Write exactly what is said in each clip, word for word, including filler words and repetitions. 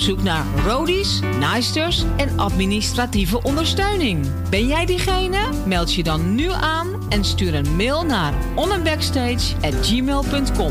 zoek naar roadies, naaisters en administratieve ondersteuning. Ben jij diegene? Meld je dan nu aan en stuur een mail naar onnebackstage at gmail dot com.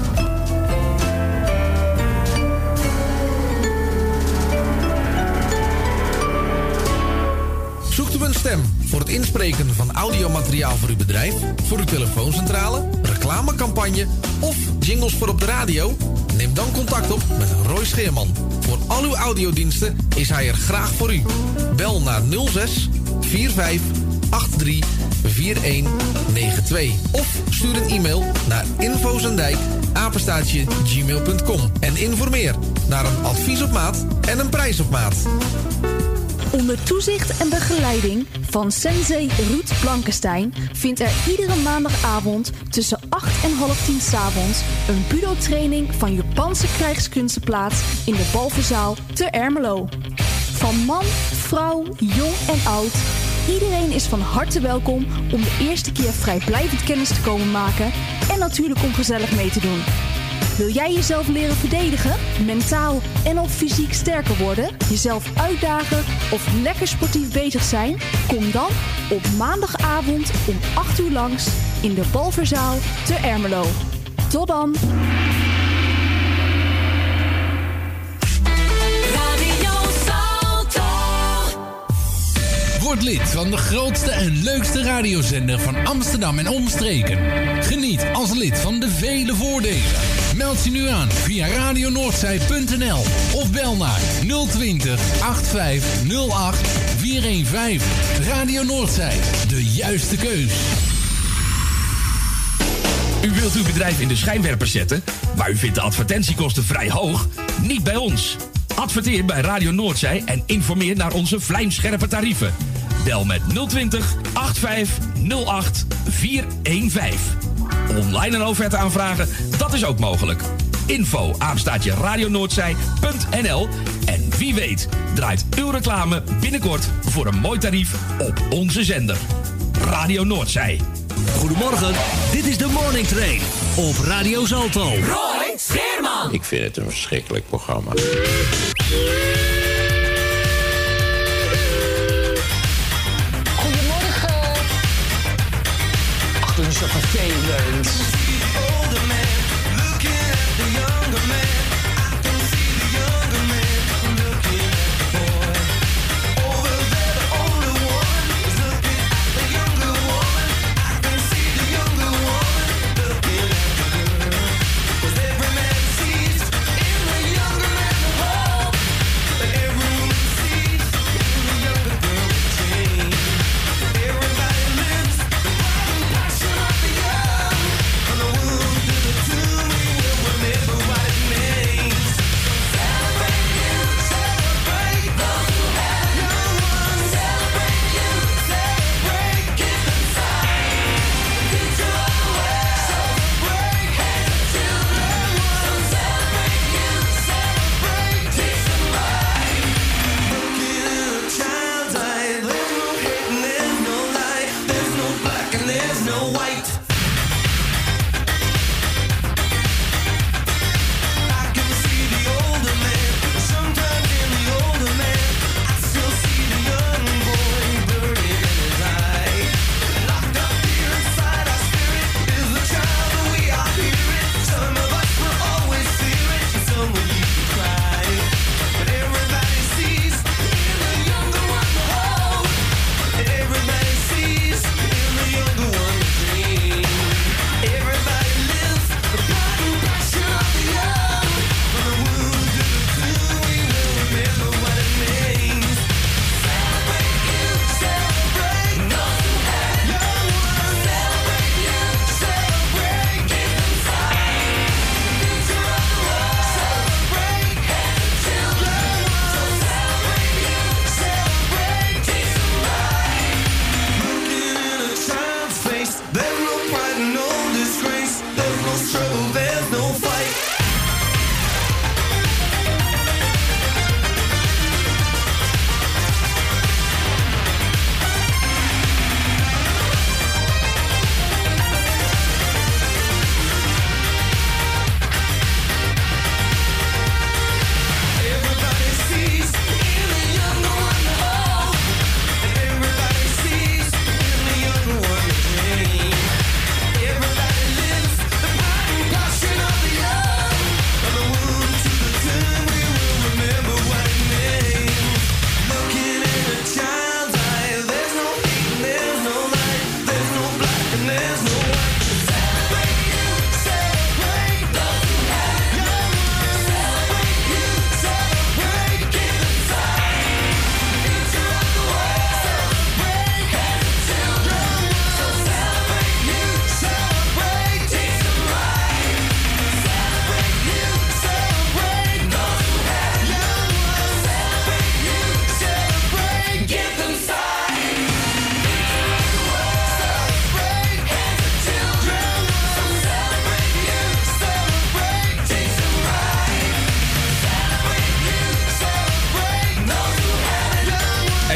Zoekt u een stem voor het inspreken van audiomateriaal voor uw bedrijf, voor uw telefooncentrale, reclamecampagne of jingles voor op de radio? Neem dan contact op met Roy Scheerman. Voor al uw audiodiensten is hij er graag voor u. Bel naar nul zes vier vijf acht drie vier een negen twee of stuur een e-mail naar infozendijk apenstaartje gmail dot com en informeer naar een advies op maat en een prijs op maat. Onder toezicht en begeleiding van sensei Ruud Blankenstein vindt er iedere maandagavond tussen acht en half tien 's avonds een budo-training van Japanse krijgskunsten plaats in de Balverzaal te Ermelo. Van man, vrouw, jong en oud, iedereen is van harte welkom om de eerste keer vrijblijvend kennis te komen maken en natuurlijk om gezellig mee te doen. Wil jij jezelf leren verdedigen, mentaal en of fysiek sterker worden, jezelf uitdagen of lekker sportief bezig zijn? Kom dan op maandagavond om acht uur langs in de Balverzaal te Ermelo. Tot dan! Word lid van de grootste en leukste radiozender van Amsterdam en omstreken. Geniet als lid van de vele voordelen. Meld je nu aan via radio noordzij punt n l of bel naar nul twintig acht vijf nul acht vier een vijf. Radio Noordzij, de juiste keus. U wilt uw bedrijf in de schijnwerpers zetten, maar u vindt de advertentiekosten vrij hoog? Niet bij ons. Adverteer bij Radio Noordzij en informeer naar onze vlijmscherpe tarieven. Bel met nul twintig acht vijf nul acht vier een vijf. Online een offerte aanvragen, dat is ook mogelijk. Info apenstaartje radionoordzij punt n l. En wie weet draait uw reclame binnenkort voor een mooi tarief op onze zender. Radio Noordzij. Goedemorgen, dit is de Morning Train op Radio Zalto. Roy Scheerman. Ik vind het een verschrikkelijk programma. Goedemorgen. Ach, dat is zo vervelend. Everybody lives the passion of the young.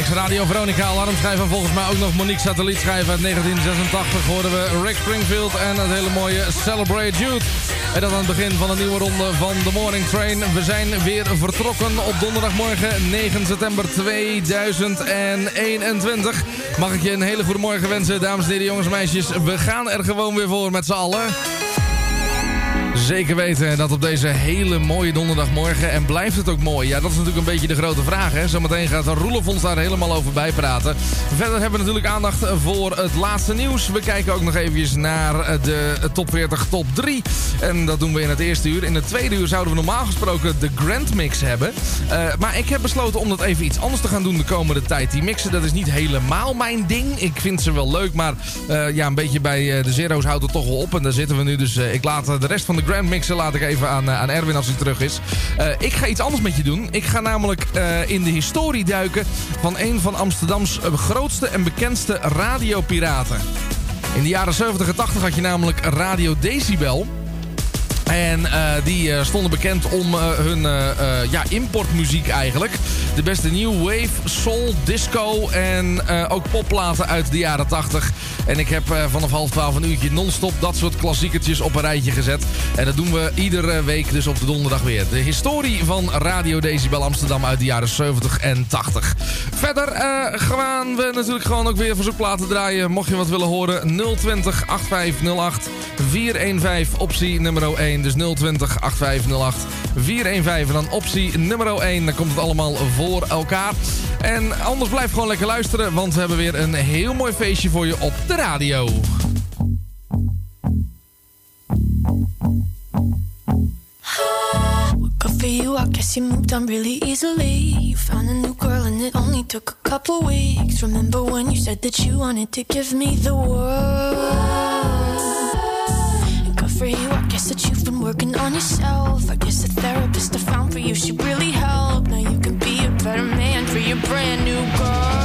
Ex-Radio Veronica, alarmschijf en volgens mij ook nog Monique Satellietschijf uit negentien zesentachtig hoorden we Rick Springfield en het hele mooie Celebrate Youth. En dat aan het begin van een nieuwe ronde van The Morning Train. We zijn weer vertrokken op donderdagmorgen negen september tweeduizend eenentwintig. Mag ik je een hele goede morgen wensen, dames en heren, jongens en meisjes. We gaan er gewoon weer voor met z'n allen. Zeker weten dat op deze hele mooie donderdagmorgen. En blijft het ook mooi? Ja, dat is natuurlijk een beetje de grote vraag. Hè? Zometeen gaat Roelof ons daar helemaal over bijpraten. Verder hebben we natuurlijk aandacht voor het laatste nieuws. We kijken ook nog eventjes naar de top veertig top drie. En dat doen we in het eerste uur. In het tweede uur zouden we normaal gesproken de Grand Mix hebben. Uh, maar ik heb besloten om dat even iets anders te gaan doen de komende tijd. Die mixen, dat is niet helemaal mijn ding. Ik vind ze wel leuk, maar uh, ja, een beetje bij uh, de Zero's houdt het toch wel op. En daar zitten we nu. Dus uh, ik laat uh, de rest van de Grand Mixen laat ik even aan, uh, aan Erwin als hij terug is. Uh, ik ga iets anders met je doen. Ik ga namelijk uh, in de historie duiken van een van Amsterdams uh, grootste en bekendste radiopiraten. In de jaren zeventig en tachtig had je namelijk Radio Decibel. En uh, die uh, stonden bekend om uh, hun uh, uh, ja, importmuziek eigenlijk. De beste new wave, soul, disco en uh, ook popplaten uit de jaren tachtig. En ik heb uh, vanaf half twaalf een uurtje non-stop dat soort klassiekertjes op een rijtje gezet. En dat doen we iedere week dus op de donderdag weer. De historie van Radio Decibel Amsterdam uit de jaren zeventig en tachtig. Verder uh, gaan we natuurlijk gewoon ook weer verzoekplaten draaien. Mocht je wat willen horen, nul twintig, acht vijf nul acht, vier een vijf, optie nummer één. Dus nul twintig, acht vijf nul acht, vier een vijf en dan optie nummer één. Dan komt het allemaal voor elkaar. En anders blijf gewoon lekker luisteren, want we hebben weer een heel mooi feestje voor je op de radio. Good for you, I guess you moved on really easily. You found a new girl and it only took a couple weeks. Remember when you said that you wanted to give me the world? For you, I guess that you've been working on yourself. I guess the therapist I found for you should really help. Now you can be a better man for your brand new girl.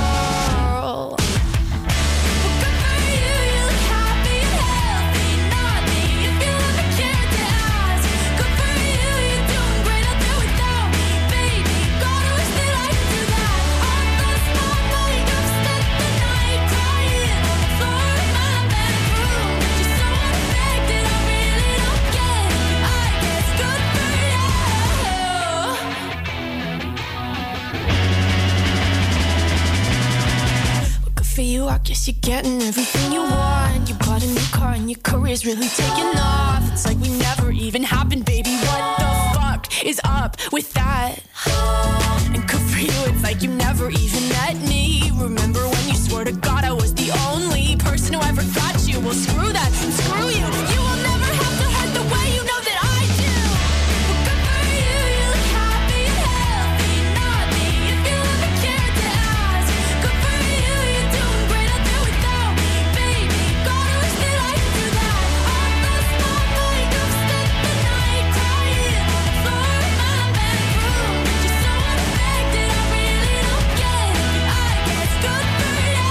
For you, I guess you're getting everything you want. You bought a new car and your career's really taking off. It's like we never even happened, baby. What the fuck is up with that? And good for you, it's like you never even met me. Remember when you swore to God I was the only person who ever got you? Well, screw that and screw you. You will never have to hurt the way you know that I do. Well, good for you, you look happy and healthy. Not me, if you ever cared to ask. Good for you, you're doing great out there without me, baby. God, I wish that I could do that. I lost my mind, I've spent the night crying on the floor in my bedroom. Just so unaffected, I really don't get it. I guess good for you.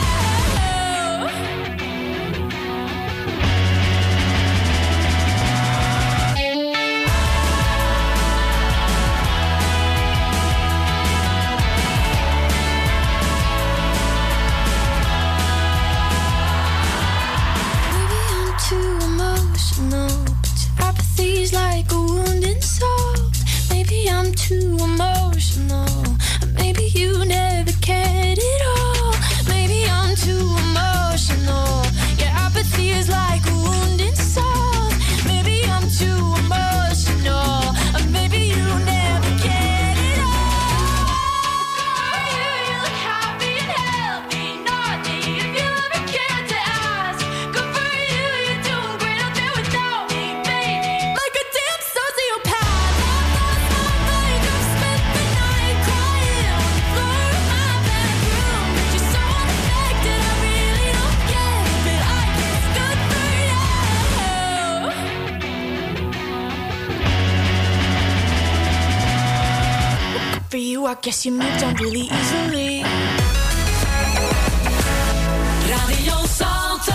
Apathy's like a wounded soul. Maybe I'm too emotional. Maybe you never cared at all. Maybe I'm too emotional. Yeah, apathy is like a wounded soul. Maybe I'm too emotional. Maybe you never cared at all. You, you look happy and healthy. Not me, if you ever cared to ask. Good for you, you're doing great out there without me, baby. Like a damn sociopath. I've lost my mind, I've spent the night crying on the floor of my bedroom. But you're so unaffected, I really don't get it. But I guess good for you. Good for you, I guess you moved on really easily. Radio Salto.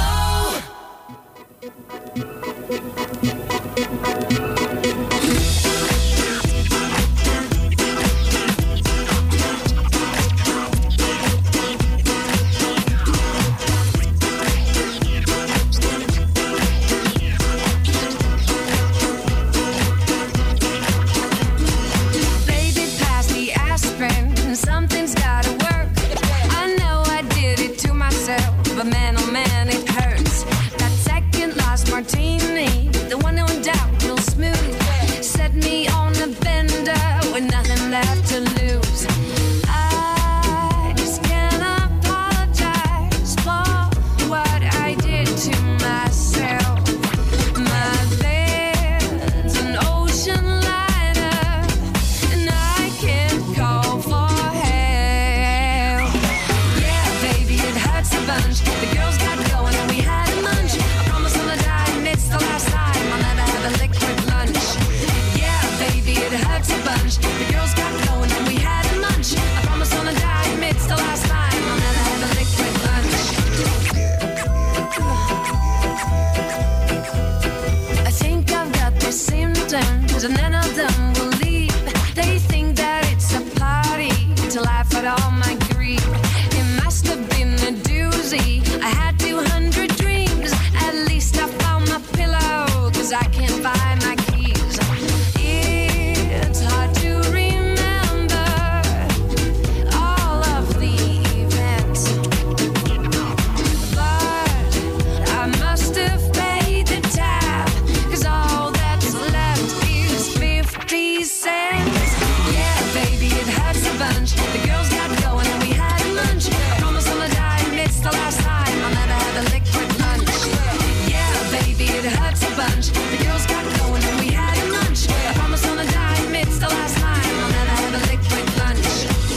all my grief. It must have been a doozy. I had two hundred dreams. At least I found my pillow, cause I can't find my keys. It's hard to remember all of the events, but I must have paid the tab, cause all that's left is fifty cents. Yeah, baby, it hurts a bunch. The girls got going and we had lunch. I promise on the dime, it's the last time I'll never have a liquid lunch. Yeah, baby, it hurts a bunch. The girls got going and we had lunch. I promise on the dime, it's the last time I'll never have a liquid lunch.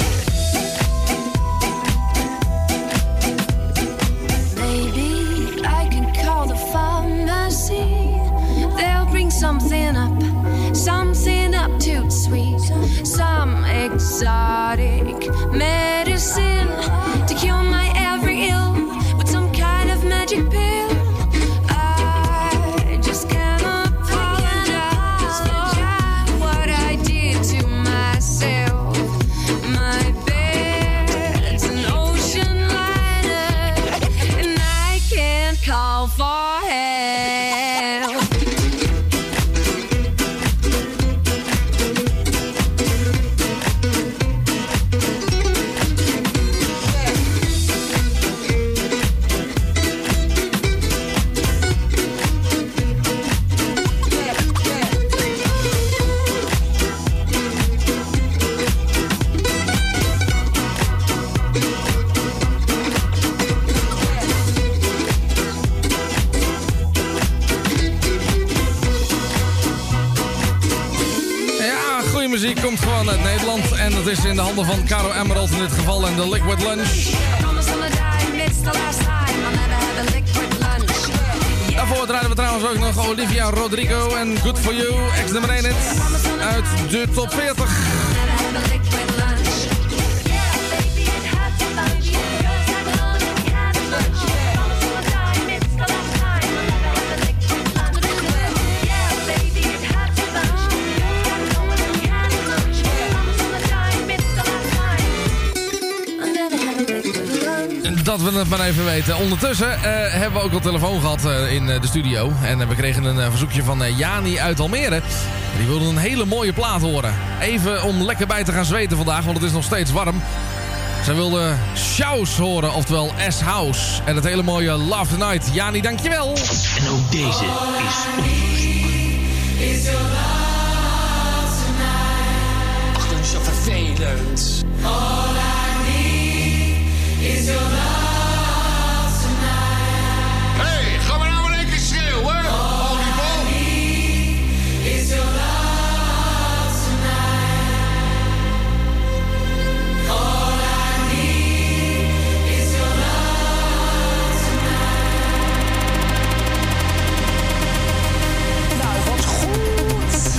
Maybe I can call the pharmacy. They'll bring something up, something up too sweet, some exotic medicine to cure my every ill with some kind of magic pill. I just can't apologize for what I did to myself. My bed's an ocean liner, and I can't call for help. Muziek komt gewoon uit Nederland en dat is in de handen van Caro Emerald in dit geval en de Liquid Lunch. Daarvoor draaien we trouwens ook nog Olivia Rodrigo en Good For You, ex-nummer één hit uit de top veertig. Dat we het maar even weten. Ondertussen uh, hebben we ook al telefoon gehad uh, in uh, de studio. En uh, we kregen een uh, verzoekje van uh, Jani uit Almere. Die wilde een hele mooie plaat horen. Even om lekker bij te gaan zweten vandaag, want het is nog steeds warm. Zij wilde Shouse horen, oftewel S-House. En het hele mooie Love Tonight. Jani, dankjewel. En ook deze is Ach, dat is zo vervelend. All I need is your love. Hey, gaan we nou maar een keer schreeuwen? All I need is your love tonight. All I need is your love tonight. Nou, wat goed.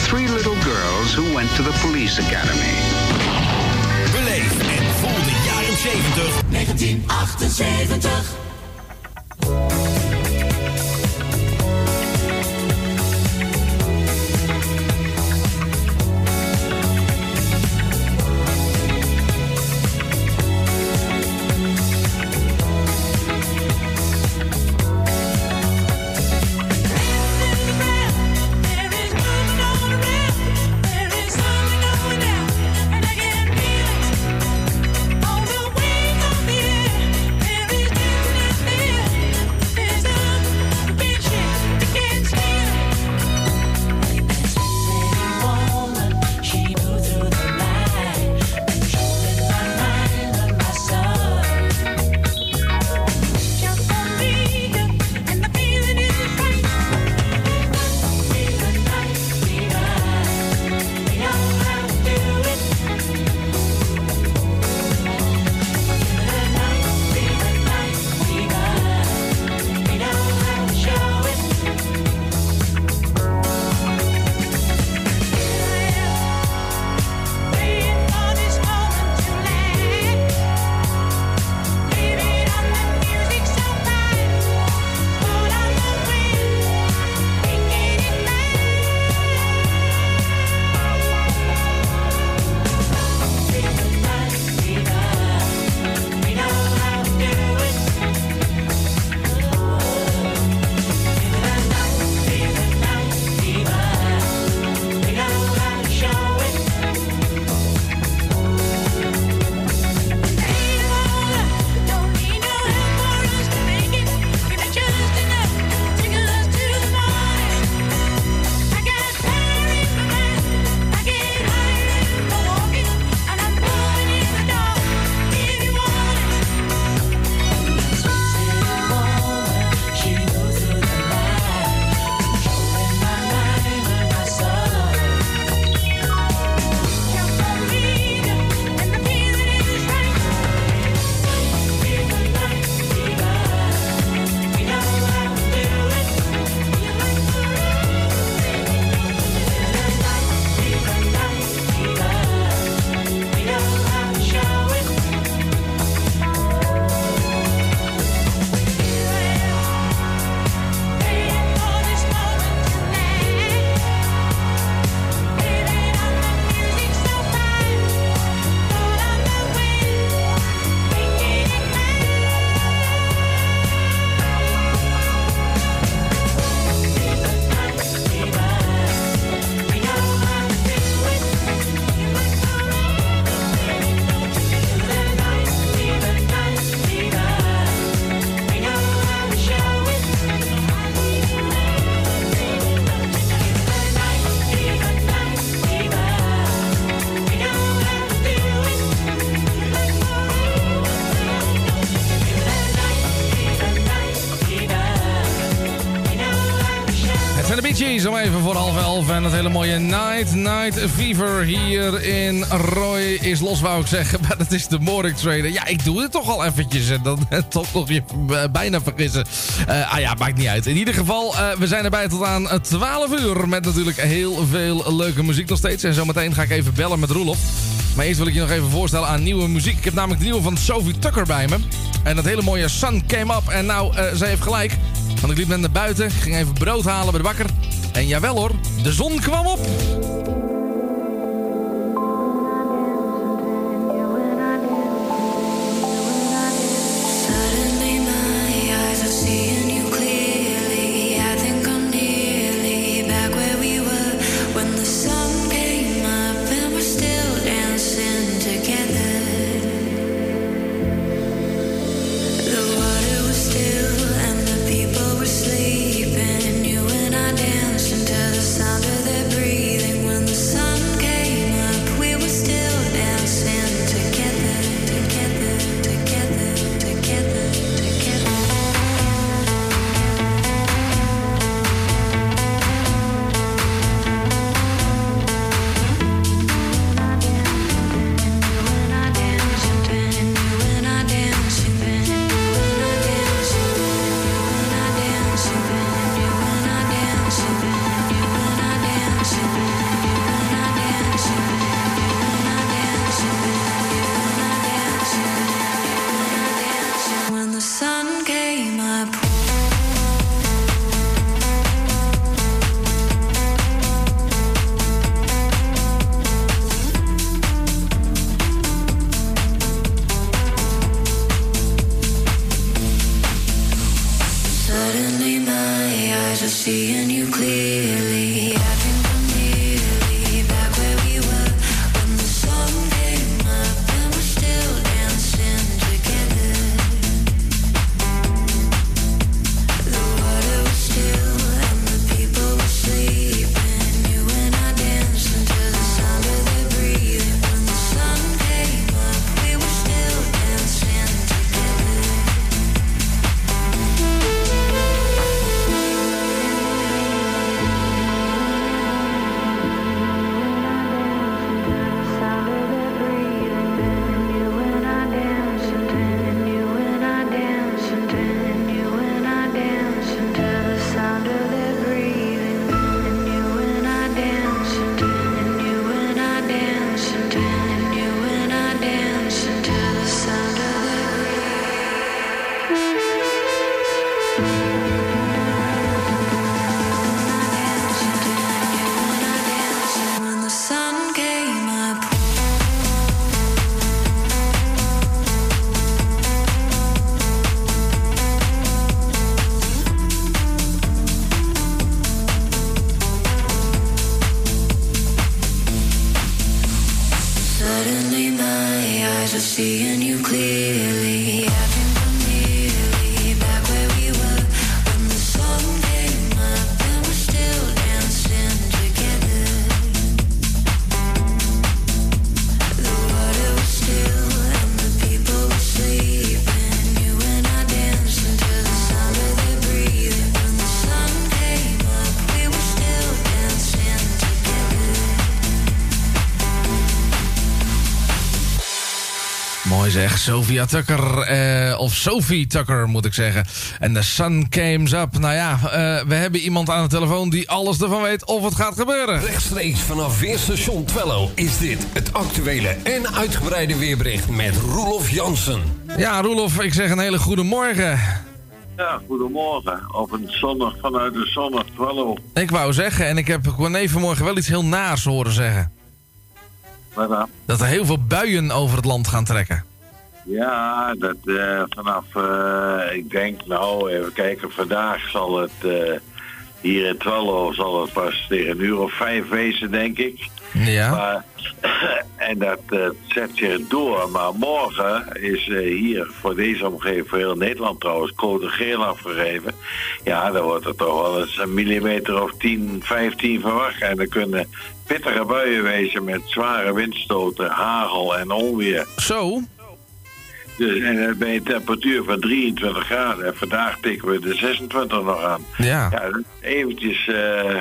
three little girls who went to the police academy. Beleef en voel de jaren zeventig. negentien achtenzeventig. Om even voor half elf en het hele mooie Night Night Fever hier in Roy is los, wou ik zeggen. Maar dat is de Morning Train. Ja, ik doe het toch al eventjes en dan toch nog je bijna vergissen. Uh, ah ja, maakt niet uit. In ieder geval, uh, we zijn erbij tot aan twaalf uur met natuurlijk heel veel leuke muziek nog steeds. En zometeen ga ik even bellen met Roelof. Maar eerst wil ik je nog even voorstellen aan nieuwe muziek. Ik heb namelijk de nieuwe van Sophie Tucker bij me. En dat hele mooie Sun Came Up. En nou, uh, zij heeft gelijk. Want ik liep net naar buiten, ging even brood halen bij de bakker. En jawel hoor, de zon kwam op. Sleeping, you and I dancing to the sound of their breathing when the seeing you clearly. I can go nearly back where we were when the sun came up and we're still dancing together. The water was still and the people were sleeping. You and I danced until the sound of their breathing. When the sun came up, we were still dancing together. Mooi zeg, Sophia Tucker, eh, of Sophie Tucker moet ik zeggen. En The Sun Came Up. Nou ja, eh, we hebben iemand aan de telefoon die alles ervan weet of het gaat gebeuren. Rechtstreeks vanaf Weerstation Twello is dit het actuele en uitgebreide weerbericht met Roelof Jansen. Ja, Roelof, ik zeg een hele goede morgen. Ja, goedemorgen. Op een zondag vanuit de zondag Twello. Ik wou zeggen, en ik heb Corné vanmorgen wel iets heel naars horen zeggen. Wat dan? Dat er heel veel buien over het land gaan trekken. Ja, dat uh, vanaf, uh, ik denk, nou, even kijken, vandaag zal het, uh, hier in Twello zal het pas tegen een uur of vijf wezen, denk ik. Ja. Maar, en dat uh, zet zich door, maar morgen is uh, hier voor deze omgeving, voor heel Nederland trouwens, code geel afgegeven. Ja, dan wordt er toch wel eens een millimeter of tien, vijftien verwacht. En dan kunnen pittige buien wezen met zware windstoten, hagel en onweer. Zo? Dus, en dan ben je een temperatuur van drieëntwintig graden. En vandaag tikken we de zesentwintig nog aan. Ja. Ja, eventjes uh,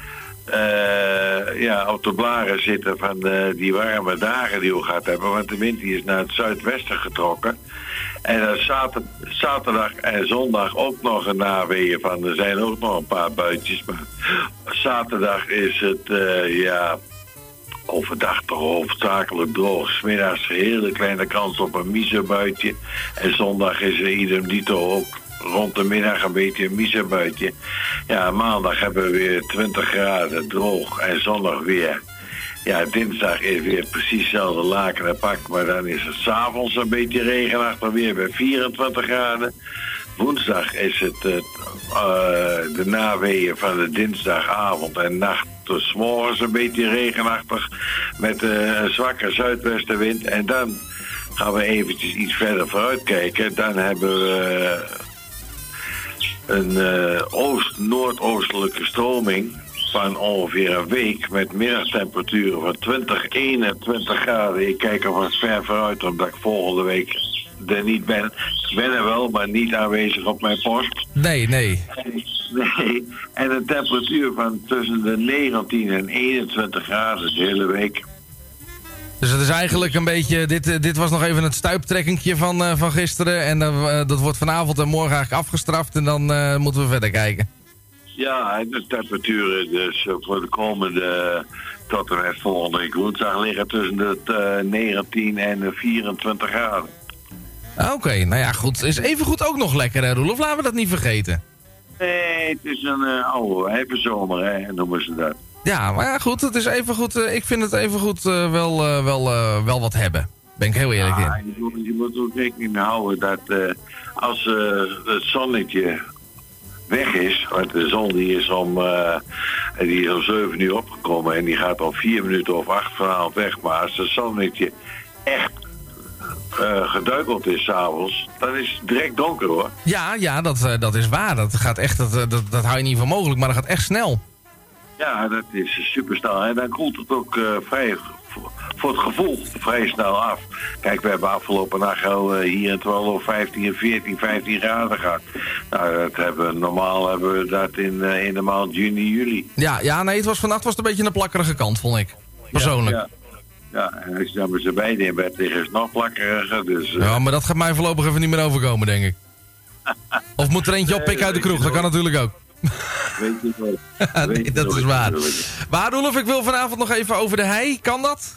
uh, ja, op de blaren zitten van uh, die warme dagen die we gehad hebben. Want de wind die is naar het zuidwesten getrokken. En dan zater, zaterdag en zondag ook nog een naweeën van. Er zijn ook nog een paar buitjes. Maar zaterdag is het, uh, ja... overdag toch hoofdzakelijk droog. 's Middags een hele kleine kans op een miezenbuitje. En zondag is er idem dito ook rond de middag een beetje een miezenbuitje. Ja, maandag hebben we weer twintig graden droog en zonnig weer. Ja, dinsdag is weer precies hetzelfde laken en pak. Maar dan is het 's avonds een beetje regenachtig weer bij vierentwintig graden. Woensdag is het uh, uh, de naweeën van de dinsdagavond en nacht. Dus 's morgens een beetje regenachtig met uh, een zwakke zuidwestenwind. En dan gaan we eventjes iets verder vooruit kijken. Dan hebben we uh, een uh, oost-noordoostelijke stroming van ongeveer een week met middagtemperaturen van twintig, eenentwintig graden. Ik kijk er wat ver vooruit omdat ik volgende week er niet ben. Ik ben er wel, maar niet aanwezig op mijn post. Nee, nee. Nee, en een temperatuur van tussen de negentien en eenentwintig graden de hele week. Dus het is eigenlijk een beetje, dit, dit was nog even het stuiptrekkingje van, uh, van gisteren. En uh, dat wordt vanavond en morgen eigenlijk afgestraft en dan uh, moeten we verder kijken. Ja, en de temperaturen dus voor de komende, tot en met volgende week woensdag liggen tussen de uh, negentien en de vierentwintig graden. Oké, okay, nou ja goed. Is evengoed ook nog lekker hè Roelof, laten we dat niet vergeten. Nee, het is een uh, oude wijvenzomer, hè, noemen ze dat. Ja, maar ja, goed, het is evengoed, uh, ik vind het evengoed uh, wel, uh, wel, uh, wel wat hebben. Ben ik heel eerlijk ja, in. Je moet, je moet ook rekening mee houden dat uh, als uh, het zonnetje weg is, want de zon die is om, uh, die is om zeven uur opgekomen en die gaat om vier minuten of acht vanavond weg. Maar als het zonnetje echt Uh, geduikeld is 's avonds, dan is het direct donker hoor. Ja, ja, dat, uh, dat is waar. Dat gaat echt, dat, dat, dat hou je niet voor mogelijk, maar dat gaat echt snel. Ja, dat is super snel. En dan koelt het ook uh, vrij, voor, voor het gevoel, vrij snel af. Kijk, we hebben afgelopen nacht al uh, hier in Twello vijftien, veertien, vijftien graden gehad. Nou, dat hebben we, normaal hebben we dat in, uh, in de maand juni, juli. Ja, ja, nee, het was vannacht was het een beetje een plakkerige kant, vond ik. Persoonlijk. Ja, ja. Ja, en als je dan met z'n beiden in bed liggen, is het nog plakkeriger, dus... Uh... Ja, maar dat gaat mij voorlopig even niet meer overkomen, denk ik. Of moet er eentje oppikken uit de kroeg, dat kan natuurlijk ook. Weet je wel. Nee, dat is waar. Maar Roelof, ik wil vanavond nog even over de hei, kan dat?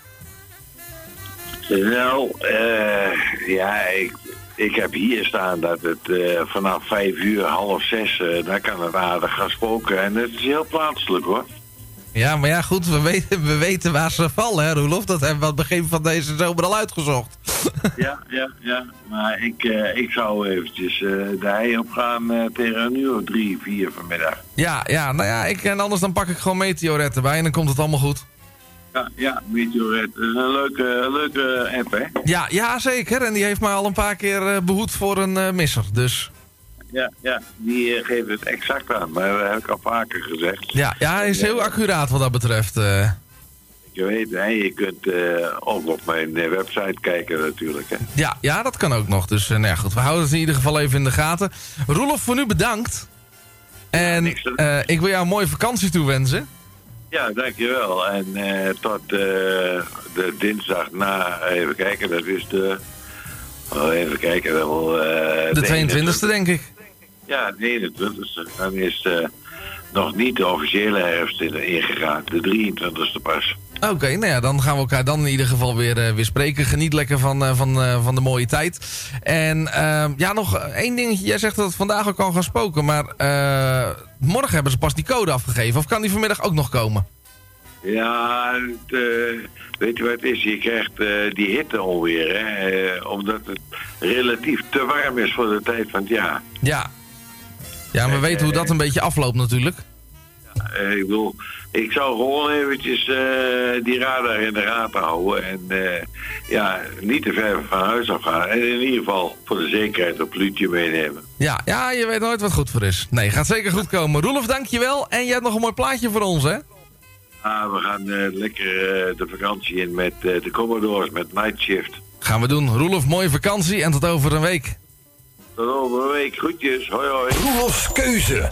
Nou, uh, ja, ik, ik heb hier staan dat het uh, vanaf vijf uur, half zes, uh, daar kan het aardig gaan spoken. En het is heel plaatselijk hoor. Ja, maar ja, goed, we weten, we weten waar ze vallen, hè, Roelof? Dat hebben we aan het begin van deze zomer al uitgezocht. Ja, ja, ja. Maar ik, uh, ik zou eventjes uh, de hei op gaan uh, tegen een uur of drie, vier vanmiddag. Ja, ja, nou ja, ik, en anders dan pak ik gewoon Meteoret erbij en dan komt het allemaal goed. Ja, ja, Meteoret. Dat is een leuke, leuke app, hè? Ja, ja, zeker. En die heeft mij al een paar keer uh, behoed voor een uh, misser, dus... Ja, ja, die uh, geeft het exact aan, maar dat heb ik al vaker gezegd. Ja, ja hij is heel accuraat wat dat betreft. Uh. Je weet, hè, je kunt uh, ook op mijn uh, website kijken natuurlijk, hè? Ja, ja, dat kan ook nog. Dus uh, nou ja, goed, we houden het in ieder geval even in de gaten. Roelof, voor nu bedankt. En uh, ik wil jou een mooie vakantie toewensen. Ja, dankjewel. En uh, tot uh, de dinsdag na, even kijken, dat is de... Oh, even kijken, dat wil... Uh, de, de tweeëntwintigste denk ik. Ja, de eenentwintigste. Dan is uh, nog niet de officiële herfst ingegaan. De drieëntwintigste pas. Oké, okay, nou ja, dan gaan we elkaar dan in ieder geval weer, uh, weer spreken. Geniet lekker van, uh, van, uh, van de mooie tijd. En uh, ja, nog één dingetje. Jij zegt dat het vandaag ook kan gaan spoken. Maar uh, morgen hebben ze pas die code afgegeven. Of kan die vanmiddag ook nog komen? Ja, het, uh, weet je wat het is? Je krijgt uh, die hitte alweer, hè? Uh, omdat het relatief te warm is voor de tijd van het jaar. Ja, ja, we uh, weten hoe dat een beetje afloopt natuurlijk. Ja, uh, ik bedoel, ik zou gewoon eventjes uh, die radar in de gaten houden. En uh, ja, niet te ver van huis af gaan. En in ieder geval voor de zekerheid een pluutje meenemen. Ja, ja, je weet nooit wat goed voor is. Nee, gaat zeker goed komen. Roelof, dankjewel. En je hebt nog een mooi plaatje voor ons, hè? Ah, we gaan uh, lekker uh, de vakantie in met uh, de Commodores, met Night Shift. Gaan we doen. Roelof, mooie vakantie en tot over een week. Tot over een week. Groetjes. Hoi, hoi. Roelofs keuze.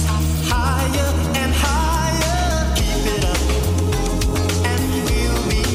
Higher and higher, keep it up, and we'll be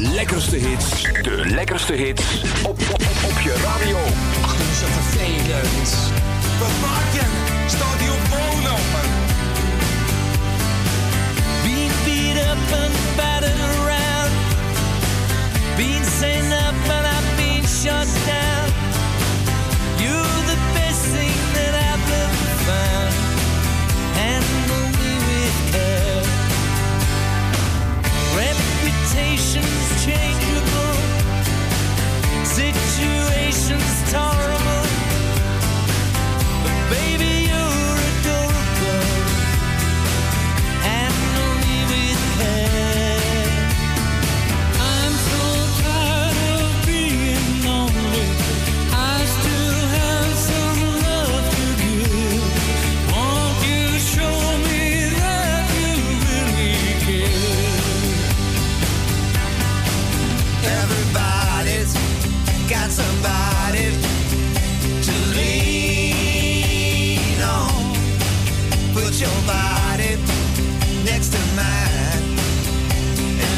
lekkerste hits, de lekkerste hits op, op, op je radio. Ach, dat is zo vervelend. Wat maak je? Staat die op mono, man? Being beat up and battered around, being sent up and I've been shut down. You're the best thing that I've ever found. Handle me with care. Reputation's changeable, situation's tolerable, but baby you're adorable. Handle me with care. I'm so tired of being lonely. I still have some love to give. Won't you show me that you really care? Everybody's got somebody to lean on. Put your body next to mine and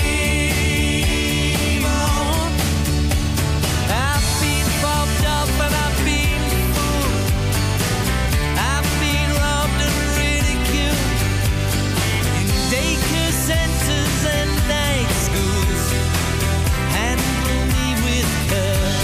dream on. I've been fucked up and I've been fooled. I've been robbed and ridiculed in daycare centers and night schools. Handle me with care.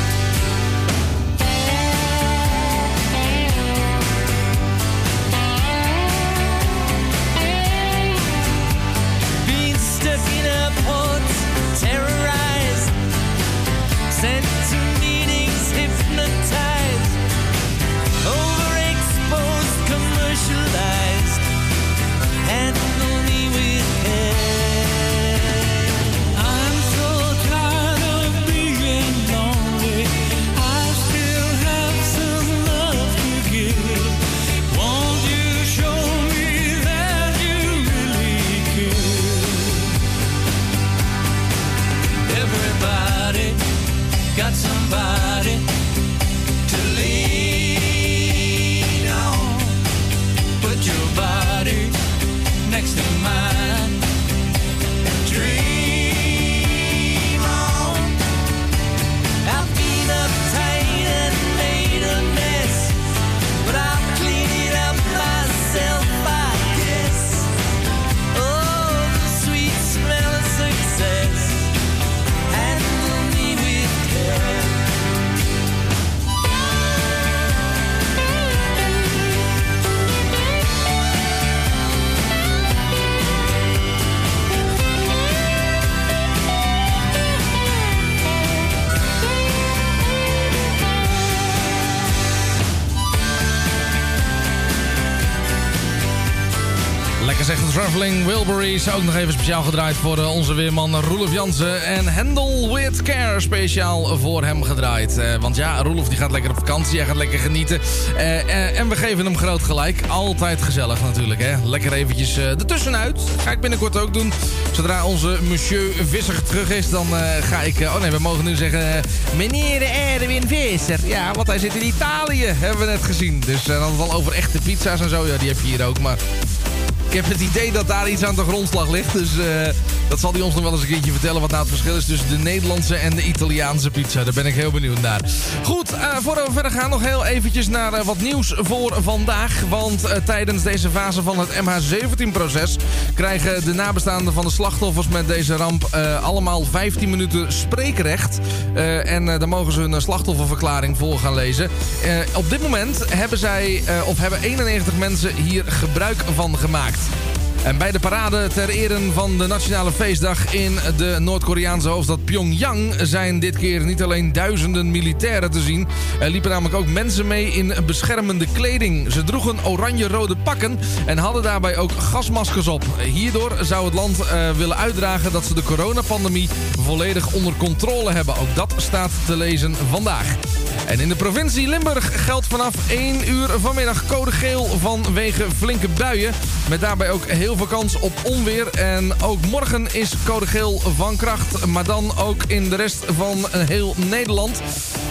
Been stuck in airports, terrorized, sent to meetings, hypnotized, overexposed, commercialized. Handle me with care. I'm so tired of being lonely. I still have some love to give. Won't you show me that you really care? Everybody got somebody to lean on. Put your body next to mine and dream on. I've been uptight and made a mess, but I'll clean it up myself, I guess. Oh, the sweet smell of success. Handle me with care. Lekker zegt de Traveling Wilburys. Ook nog even speciaal gedraaid voor uh, onze weerman Roelof Jansen. En Handle with Care speciaal voor hem gedraaid. Uh, want ja, Roelof die gaat lekker op vakantie. Hij gaat lekker genieten. Uh, uh, en we geven hem groot gelijk. Altijd gezellig natuurlijk. Hè? Lekker eventjes uh, ertussenuit. Ga ik binnenkort ook doen. Zodra onze monsieur Visser terug is, dan uh, ga ik... Uh, oh nee, we mogen nu zeggen... Uh, meneer Erwin Visser. Ja, want hij zit in Italië. Hebben we net gezien. Dus uh, dan hadden we het al over echte pizza's en zo. Ja, die heb je hier ook. Maar... ik heb het idee dat daar iets aan de grondslag ligt. Dus uh, dat zal hij ons nog wel eens een keertje vertellen wat nou het verschil is tussen de Nederlandse en de Italiaanse pizza. Daar ben ik heel benieuwd naar. Goed, uh, voordat we verder gaan nog heel eventjes naar uh, wat nieuws voor vandaag. Want uh, tijdens deze fase van het M H zeventien proces krijgen de nabestaanden van de slachtoffers met deze ramp uh, allemaal vijftien minuten spreekrecht. Uh, en uh, daar mogen ze hun slachtofferverklaring voor gaan lezen. Uh, op dit moment hebben zij, uh, of hebben eenennegentig mensen hier gebruik van gemaakt. En bij de parade ter ere van de nationale feestdag in de Noord-Koreaanse hoofdstad Pyongyang zijn dit keer niet alleen duizenden militairen te zien. Er liepen namelijk ook mensen mee in beschermende kleding. Ze droegen oranje-rode pakken en hadden daarbij ook gasmaskers op. Hierdoor zou het land uh, willen uitdragen dat ze de coronapandemie volledig onder controle hebben. Ook dat staat te lezen vandaag. En in de provincie Limburg geldt vanaf één uur vanmiddag code geel vanwege flinke buien. Met daarbij ook heel veel kans op onweer. En ook morgen is code geel van kracht. Maar dan ook in de rest van heel Nederland.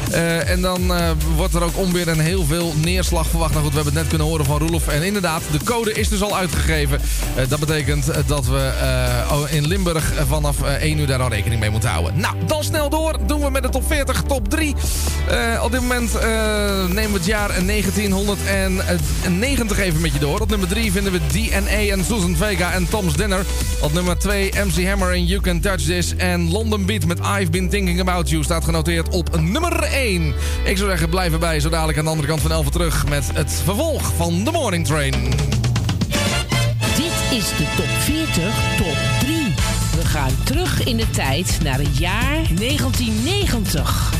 Uh, en dan uh, wordt er ook onweer en heel veel neerslag verwacht. Nou goed, we hebben het net kunnen horen van Roelof. En inderdaad, de code is dus al uitgegeven. Uh, dat betekent dat we uh, in Limburg vanaf uh, één uur daar al rekening mee moeten houden. Nou, dan snel door. Doen we met de top veertig, top drie. Uh, op dit moment uh, nemen we het jaar negentienhonderdnegentig even met je door. Op nummer drie vinden we D N A en Susan Vega en Tom's Dinner. Op nummer twee M C Hammer en You Can Touch This. En London Beat met I've Been Thinking About You staat genoteerd op nummer één. Ik zou zeggen, blijf erbij. Zo dadelijk aan de andere kant van elf terug met het vervolg van The Morning Train. Dit is de top veertig, top drie. We gaan terug in de tijd naar het jaar negentien negentig.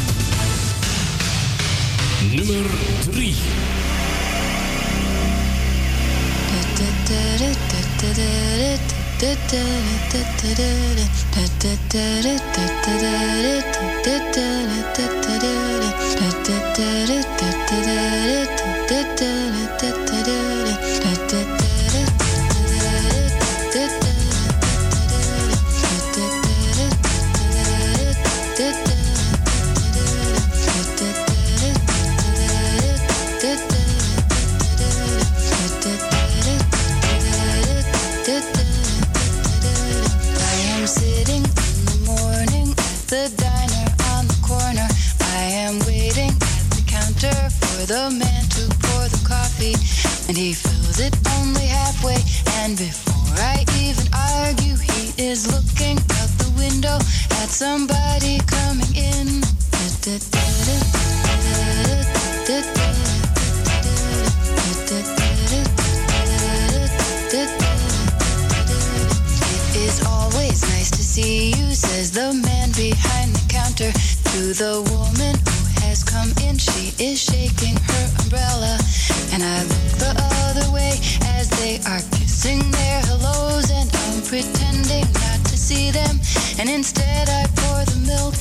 Nummer drie. The diner on the corner. I am waiting at the counter for the man to pour the coffee, and he fills it only halfway. And before I even argue, he is looking out the window at somebody coming in. It is always nice to see you, says the man behind the counter to the woman who has come in. She is shaking her umbrella, and I look the other way as they are kissing their hellos, and I'm pretending not to see them, and instead I pour the milk.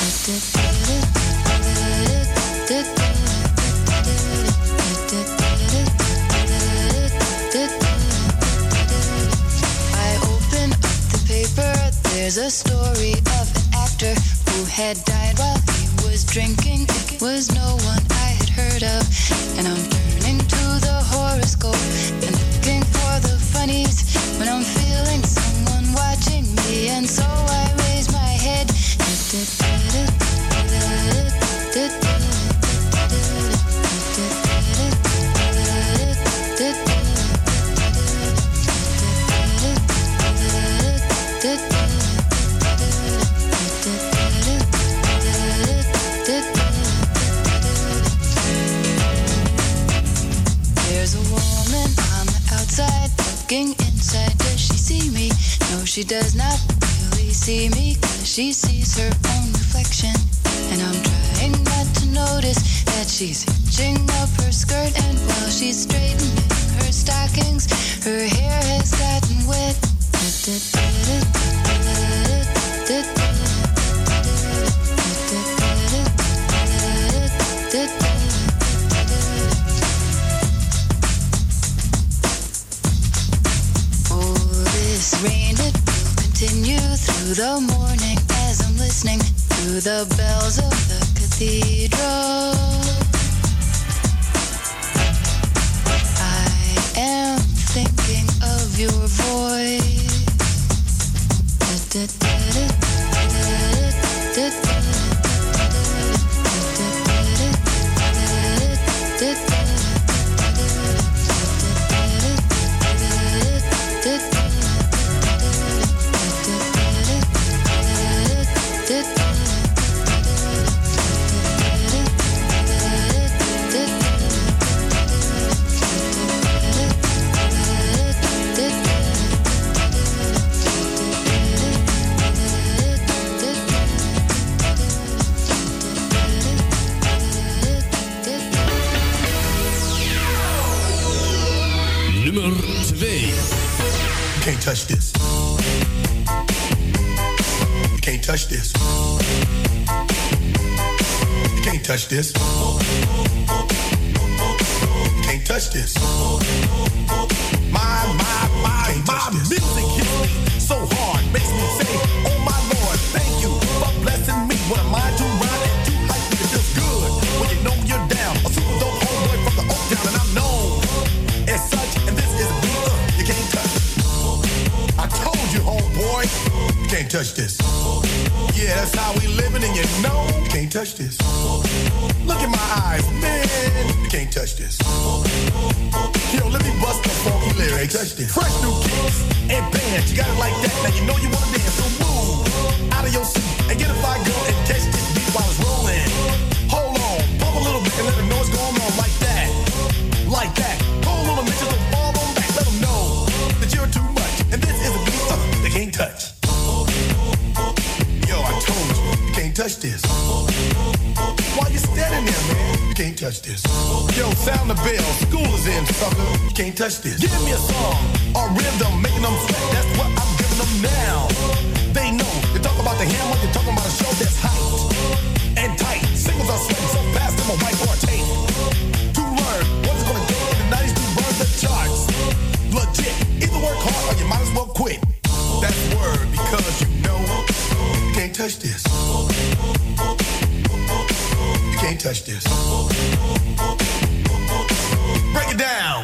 I open up the paper. There's a story of an actor who had died while he was drinking. It was no one I had heard of, and I'm turning to the horoscope and looking for the funnies when I'm feeling someone watching me, and so I raise my head. There's a woman on the outside looking inside. Does she see me? No, she does not really see me, 'cause she sees her own reflection. And I'm trying not to notice that she's hitching up her skirt, and while she's straightening her stockings, her hair has gotten wet. Oh, this rain, it will continue through the morning as I'm listening to the bells of the cathedral. I am thinking of your voice. Nummer twee. You can't touch this. You can't touch this. You can't touch this. You can't touch this. My, my, my, my music hits me so hard, makes me say, oh my Lord, thank you for blessing me. What am I to rhyme and too hype to feel yeah, that's how we living, and you know you can't touch this. Look in my eyes, man, you can't touch this. Yo, let me bust the funky lyrics. Touch this. Fresh new kicks and bands, you got it like that. Now you know you wanna dance, so move out of your seat and get a fire girl and catch this beat while it's rolling. Hold on, pump a little bit and let them know what's going on like that, like that. Hold on, bitches, don't fall on back. Let them know that you're too much, and this is a beat uh, they can't touch. Yo, I told you, you can't touch this. Why you standing there, man? You can't touch this. Yo, sound the bell, school is in, sucker. You can't touch this. Give me a song, a rhythm, making them sweat. That's what I'm giving them now. They know. You talk about the hammer, you're talking about a show that's hyped and tight. Singles are sweating so fast, I'm a whiteboard tape. To learn what it's gonna take in the nineties to burn the charts. Legit. Either work hard or you might as well quit. That's word because you know you can't touch this. You can't touch this. Break it down.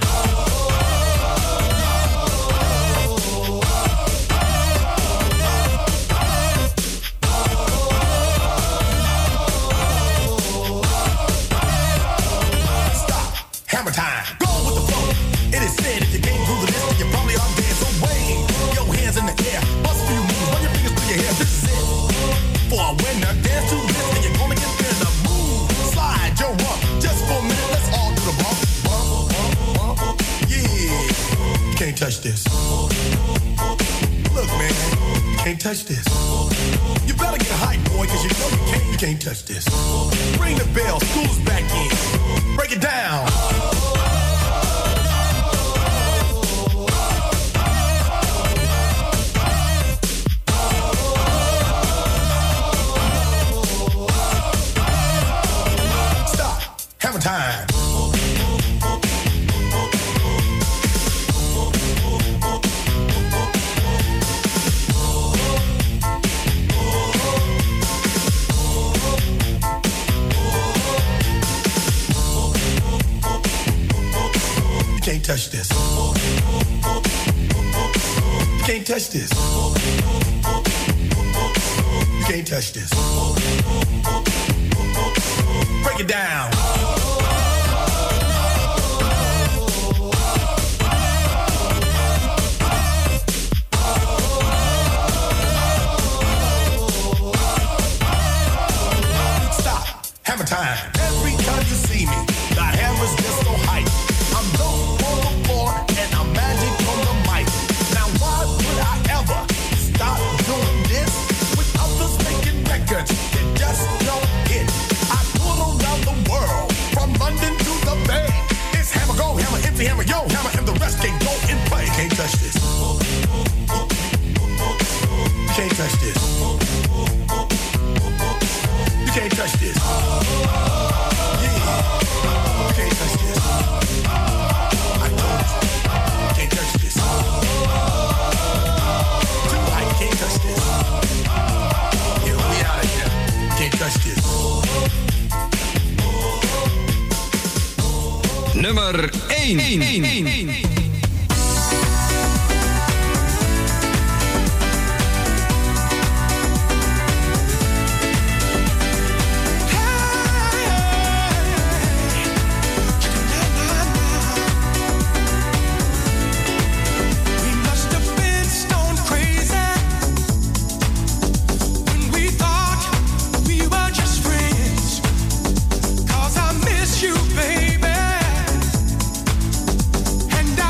Stop. Hammer time. Go with the flow. It is said if you came through the list, then you probably are dead. So wave your hands in the air. Bust a few moves. Run your fingers through your hair. This is it. For a winner, dance to this, and you're gonna get better. Move, slide your rump. Just for a minute, let's all do the bump, bump, bump, bump. Yeah, you can't touch this. Look, man, you can't touch this. You better get hype, boy, cause you know you can't, you can't touch this. Ring the bell, school's back in. Break it down. Hammer time. You can't touch this. You can't touch this. You can't touch this. Break it down. Hammer time. Every time you see me, the hammer's just so hype. I'm dope on the floor and I'm magic on the mic. Now why would I ever stop doing this with others making records that just don't hit? I tour around the world, from London to the Bay. It's hammer go, hammer empty, hammer yo, hammer, and the rest can go and play. You can't touch this. You can't touch this. You can't touch this. Yeah. You can't touch this. I told you. You can't touch this. Too high, you can't touch this. Yeah, we out of here. You can't touch this. Nummer één. You, baby, and I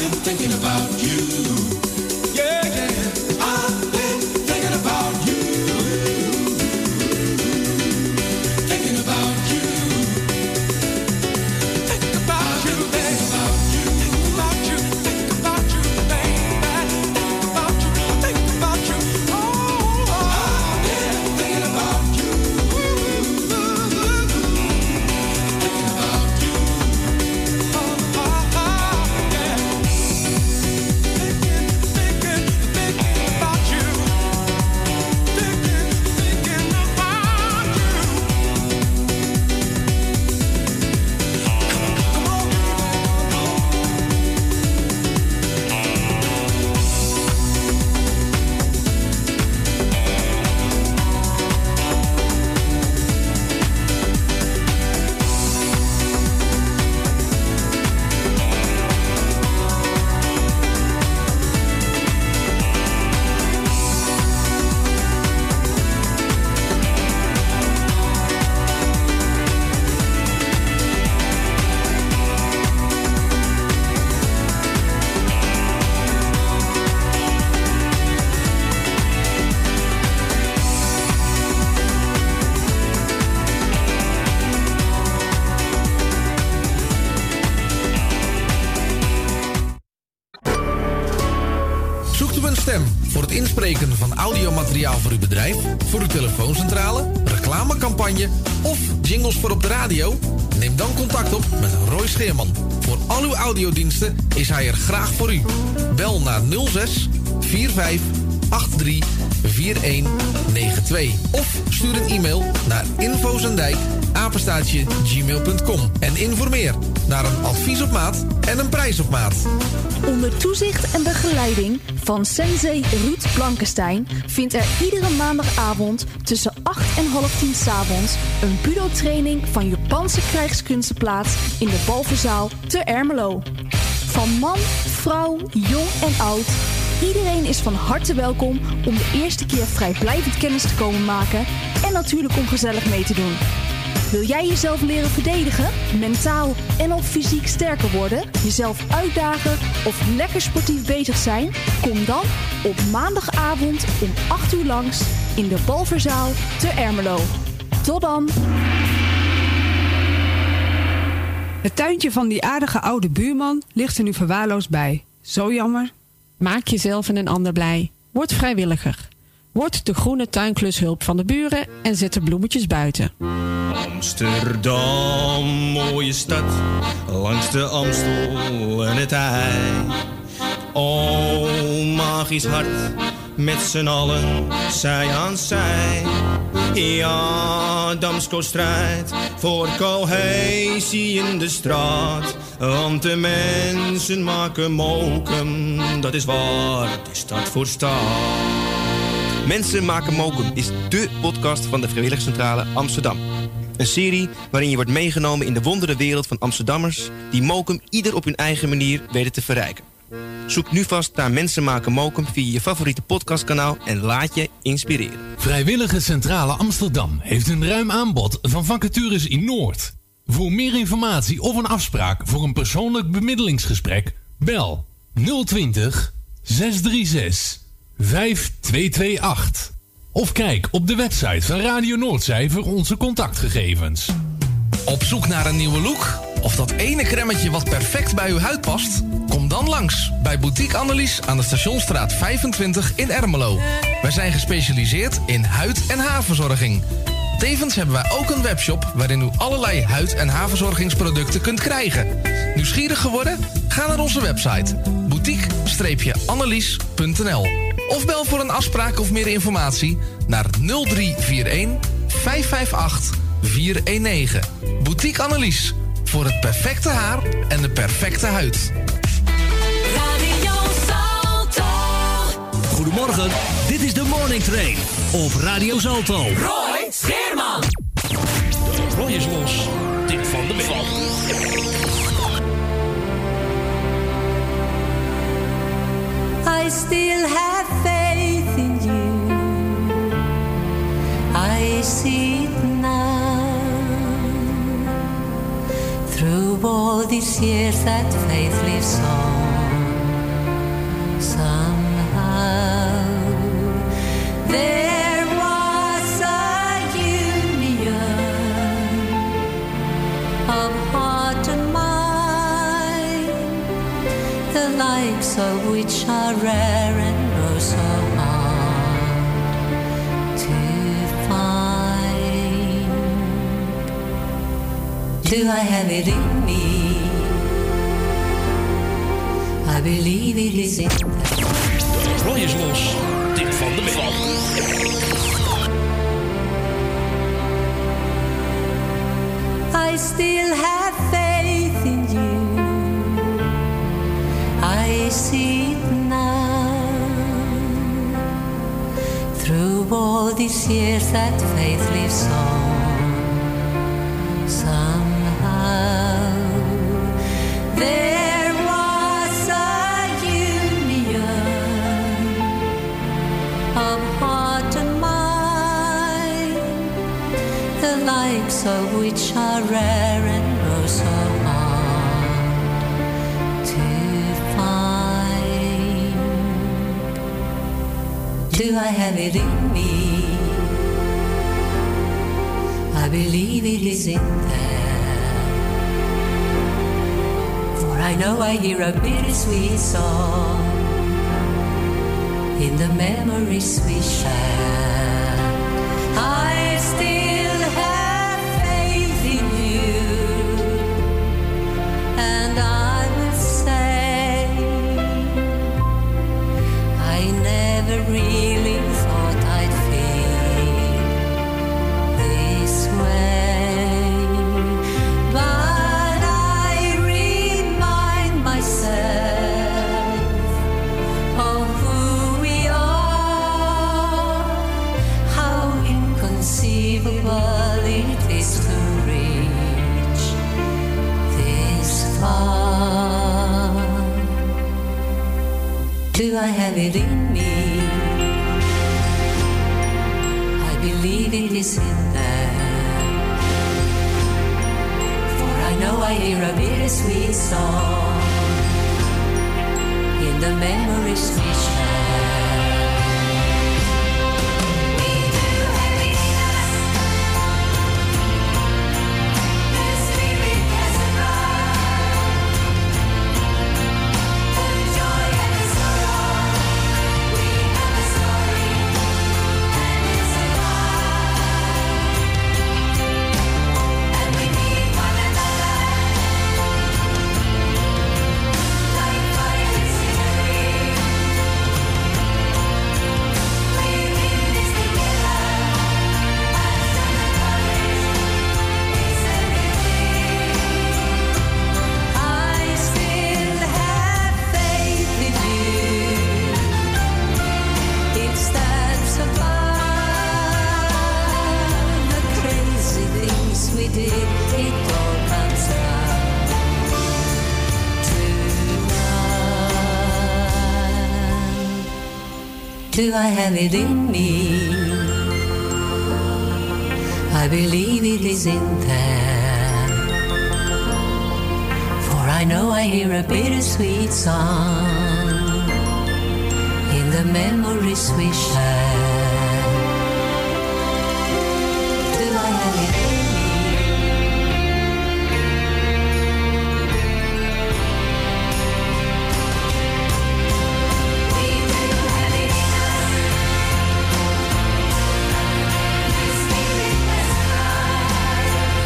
been thinking about you. Yeah, yeah. I've been thinking about you. Thinking about you. Think about you, think about you. Think about you, think about you, baby. Think about you, think about you. Oh, I've been thinking about you. Thinking about you. Oh, oh, oh, yeah. Thinking, thinking, thinking about you. Thinking, thinking about you. Come on, Zoekt u een stem voor het inspreken van audiomateriaal voor uw bedrijf, voor uw telefooncentrale, reclamecampagne of jingles voor op de radio? Neem dan contact op met Roy Scheerman. Voor al uw audiodiensten is hij er graag voor u. Bel naar nul zes vier vijf acht drie vier een negen twee of stuur een e-mail naar infozendijk apenstaartje gmail punt com en informeer naar een advies op maat en een prijs op maat. Onder toezicht en begeleiding van sensei Ruud Blankenstein vindt er iedere maandagavond tussen acht en half tien 's avonds een budo-training van Japanse krijgskunsten plaats in de Balverzaal te Ermelo. Van man, vrouw, jong en oud, iedereen is van harte welkom om de eerste keer vrijblijvend kennis te komen maken en natuurlijk om gezellig mee te doen. Wil jij jezelf leren verdedigen, mentaal en of fysiek sterker worden, jezelf uitdagen of lekker sportief bezig zijn? Kom dan op maandagavond om acht uur langs in de Balverzaal te Ermelo. Tot dan! Het tuintje van die aardige oude buurman ligt er nu verwaarloosd bij. Zo jammer. Maak jezelf en een ander blij. Word vrijwilliger. Word de groene tuinklushulp van de buren en zet de bloemetjes buiten. Amsterdam, mooie stad, langs de Amstel en het IJ. O, magisch hart, met z'n allen, zij aan zij. Ja, Damsko strijdt voor cohesie in de straat. Want de mensen maken mokum, dat is waar de stad voor staat. Mensen maken mokum is dé podcast van de Vrijwilligcentrale Amsterdam. Een serie waarin je wordt meegenomen in de wondere wereld van Amsterdammers die mokum ieder op hun eigen manier weten te verrijken. Zoek nu vast naar Mensen maken mokum via je favoriete podcastkanaal en laat je inspireren. Vrijwillige Centrale Amsterdam heeft een ruim aanbod van vacatures in Noord. Voor meer informatie of een afspraak voor een persoonlijk bemiddelingsgesprek, bel nul twintig zes drie zes vijf twee twee acht. Of kijk op de website van Radio Noordzij voor onze contactgegevens. Op zoek naar een nieuwe look? Of dat ene cremmetje wat perfect bij uw huid past? Kom dan langs bij Boutique Annelies aan de Stationsstraat vijfentwintig in Ermelo. Wij zijn gespecialiseerd in huid- en haarverzorging. Tevens hebben wij ook een webshop waarin u allerlei huid- en haarverzorgingsproducten kunt krijgen. Nieuwsgierig geworden? Ga naar onze website boutique annelies punt n l of bel voor een afspraak of meer informatie naar nul drie vier een vijf vijf acht vier een negen. Boutique Annelies, voor het perfecte haar en de perfecte huid. Radio Salto. Goedemorgen, dit is de Morning Train op Radio Salto. Roy Scheerman. De Roy is los. Tip van de week. I still have faith in you. I see it now. Through all these years that faith lives on. likes of which are rare and oh so hard to find. Do I have it in me? I believe it is in there. De rooi is los. Tip van de week. I still have faith in you. I see it now. Through all these years that faith lives on. Somehow there was a union of heart and mind, the likes of which are rare and oh so hard to find. Do I have it in me? I believe it is in there. For I know I hear a bittersweet song in the memories we share. I still have faith in you, and I will say I never really thought I'd feel this way, but I remind myself of who we are, how inconceivable it is to reach this far. Do I have it in me? I believe it is in there. For I know I hear a bittersweet song in the memories we share. We do have it in us. The spirit has arrived. The joy and the sorrow. We have a story, and it's alive. And we need one another. Like fire and scenery. We're in this together. And the courage is everything. I still have faith in you. It stands above the crazy things we did. It all comes down to love. Do I have it in me? I believe it is in there. For I know I hear a bittersweet song in the memories we share. Do I have it in me? We do have it in us. The spirit has arrived.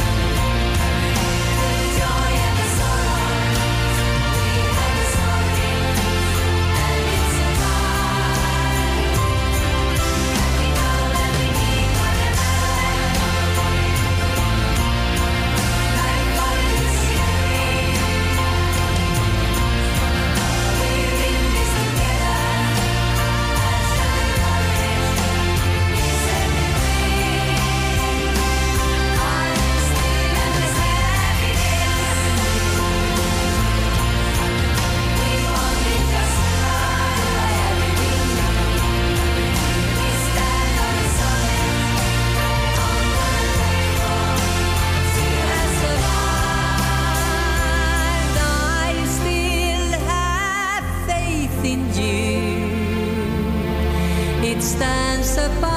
The joy and the sorrow. We have a story, and it's alive. And we know that we need one another. Like fire and scenery. We're in this together. And the courage is everything. I'm still in this happiness. We've only just arrived. We stand on the solid, on the label, to have survived. I still have faith in you. It stands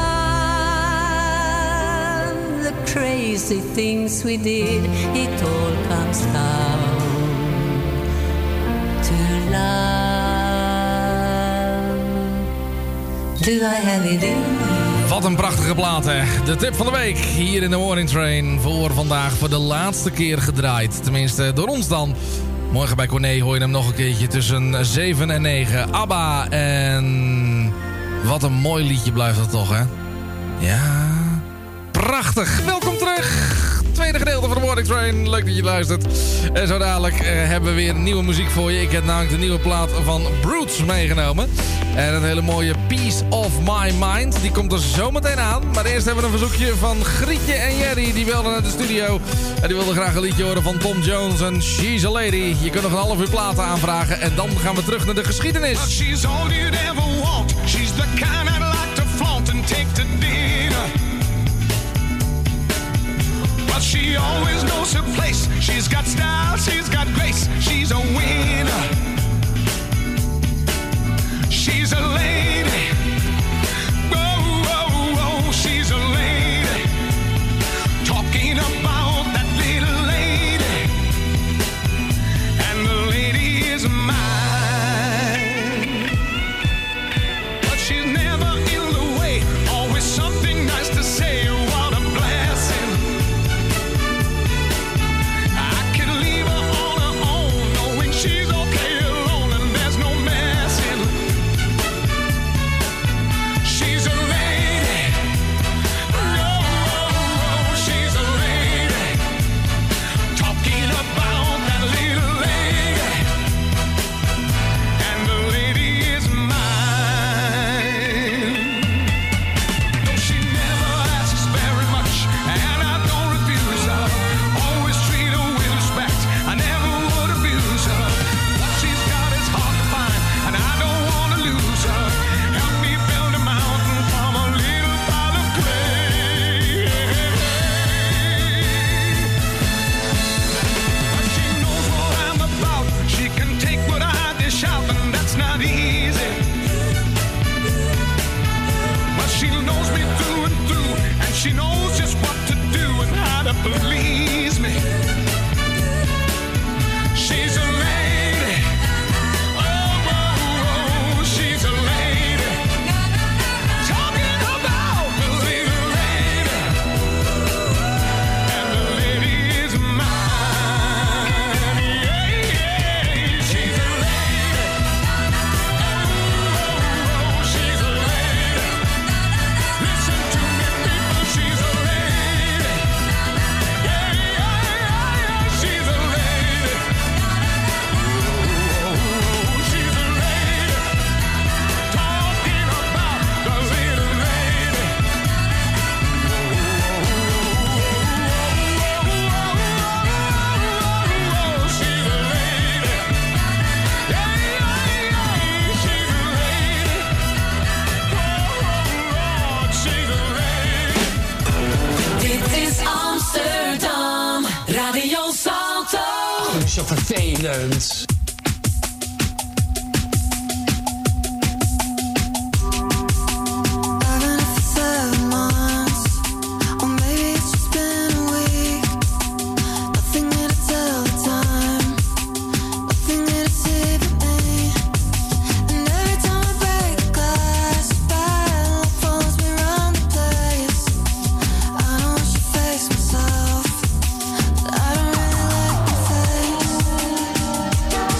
above the crazy things we did. It all comes down to Do I have it in? Wat een prachtige plaat, hè. De tip van de week hier in de Morning Train. Voor vandaag voor de laatste keer gedraaid. Tenminste, door ons dan. Morgen bij Corné hoor je hem nog een keertje tussen zeven en negen. ABBA en... Wat een mooi liedje blijft dat toch, hè? Ja... Prachtig. Welkom terug. Tweede gedeelte van de Morning Train. Leuk dat je luistert. En zo dadelijk uh, hebben we weer nieuwe muziek voor je. Ik heb namelijk de nieuwe plaat van Brutes meegenomen. En een hele mooie Piece of My Mind. Die komt er zo meteen aan. Maar eerst hebben we een verzoekje van Grietje en Jerry. Die wilden naar de studio. En die wilden graag een liedje horen van Tom Jones en She's a Lady. Je kunt nog een half uur platen aanvragen. En dan gaan we terug naar de geschiedenis. But she's all you'd ever want. She's the kind I'd like to flaunt and take to dinner. But she always knows her place. She's got style, she's got grace. She's a winner. She's a lady. Oh, oh, oh, she's a lady. Talking about that little lady. And the lady is mine. But she's never in the way. Always something nice to say. What a blessing. She's okay alone and there's no messing. She's a lady. Oh, oh, oh, she's a lady. Talking about that little lady. And the lady is mine. No, she never asks very much, and I don't refuse her. Always treat her with respect. I never would abuse her. She knows just what to do and how to please me. She's a lady. Oh, oh, oh, she's a lady. Talking about the little lady. And the lady is mine. Yeah, yeah, she's a lady. Oh, oh, oh, she's a lady. Listen to me, people. She's a lady. Yeah, yeah, yeah, she's a lady. Oh, she's a lady. Talking about the little lady. Oh, she's a lady. Yeah, yeah, yeah, she's a lady. Oh, Lord, she's a lady. Dit is Amsterdam, Radio Salto. Dat is zo vervelend. I don't really like the face.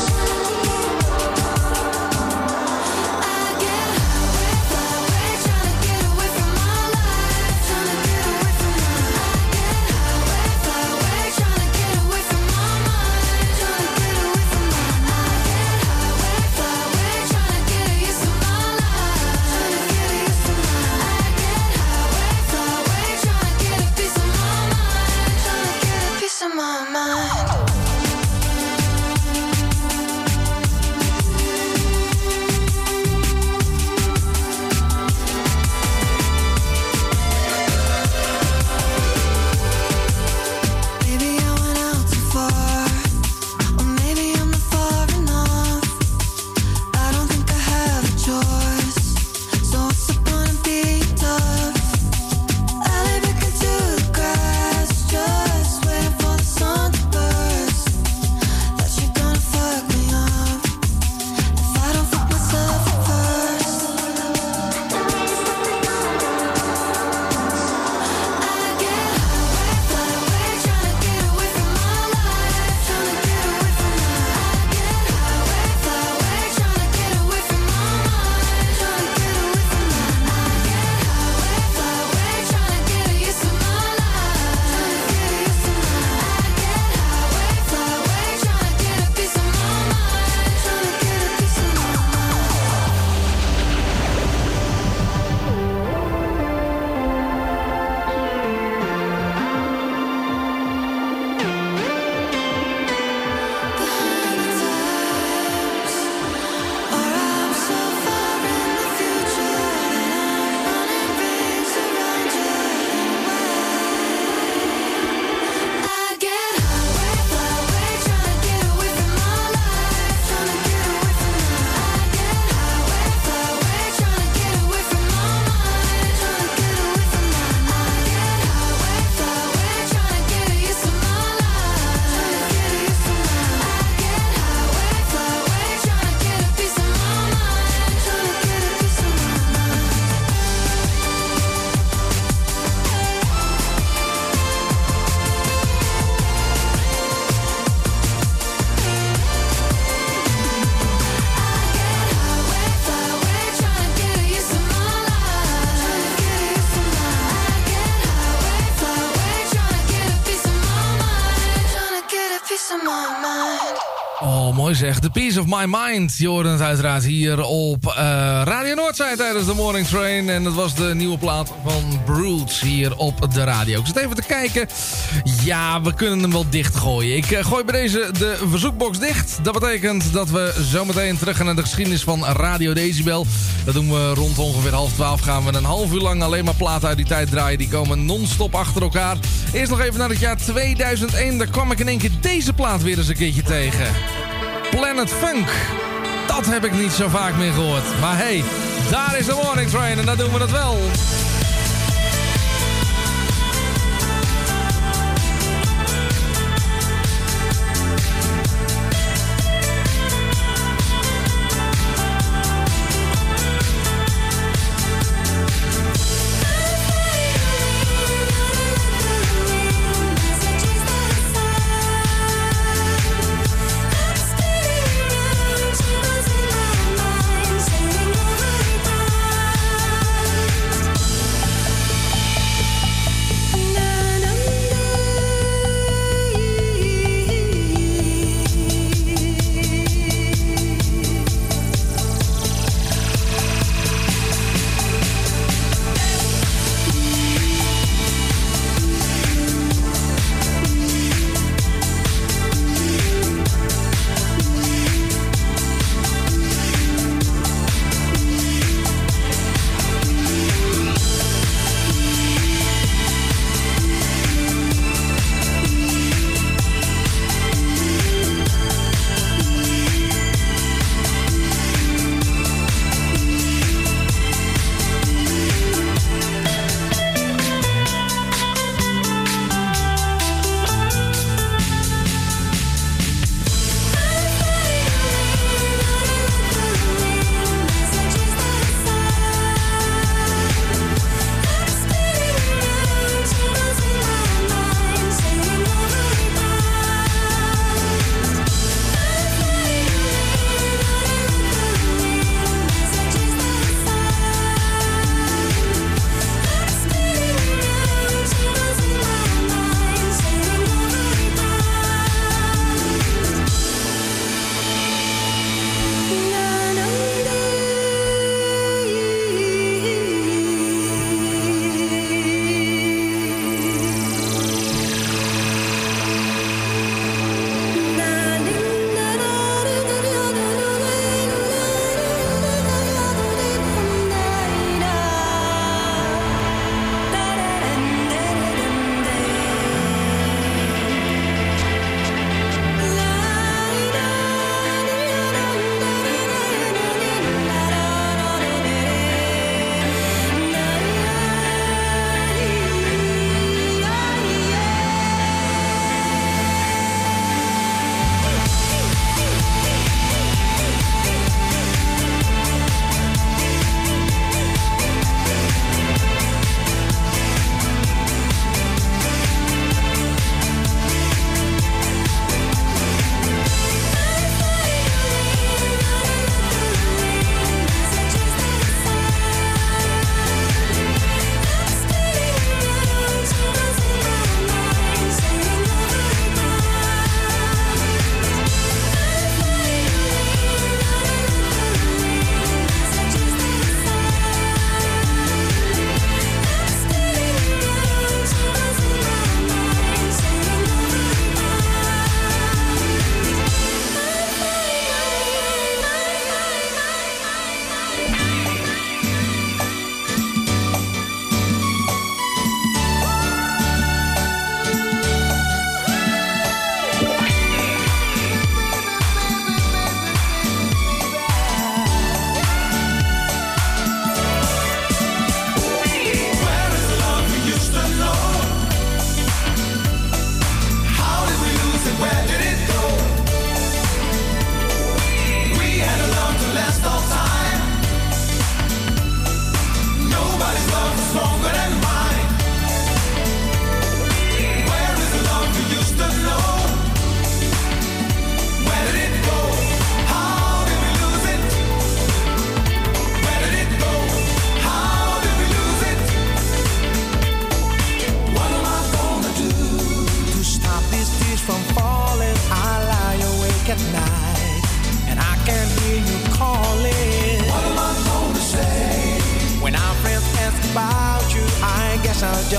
Oh, mooi zeg. The Peace of My Mind. Je hoort het uiteraard hier op uh, Radio Noordzij tijdens de Morning Train. En dat was de nieuwe plaat van Broods hier op de radio. Ik zit even te kijken. Ja, we kunnen hem wel dichtgooien. Ik uh, gooi bij deze de verzoekbox dicht. Dat betekent dat we zometeen terug gaan naar de geschiedenis van Radio Decibel. Dat doen we rond ongeveer half twaalf. Gaan we een half uur lang alleen maar platen uit die tijd draaien. Die komen non-stop achter elkaar. Eerst nog even naar het jaar tweeduizend één. Daar kwam ik in één keer deze plaat weer eens een keertje tegen. Planet Funk. Dat heb ik niet zo vaak meer gehoord. Maar hey, daar is de Morning Train en daar doen we dat wel.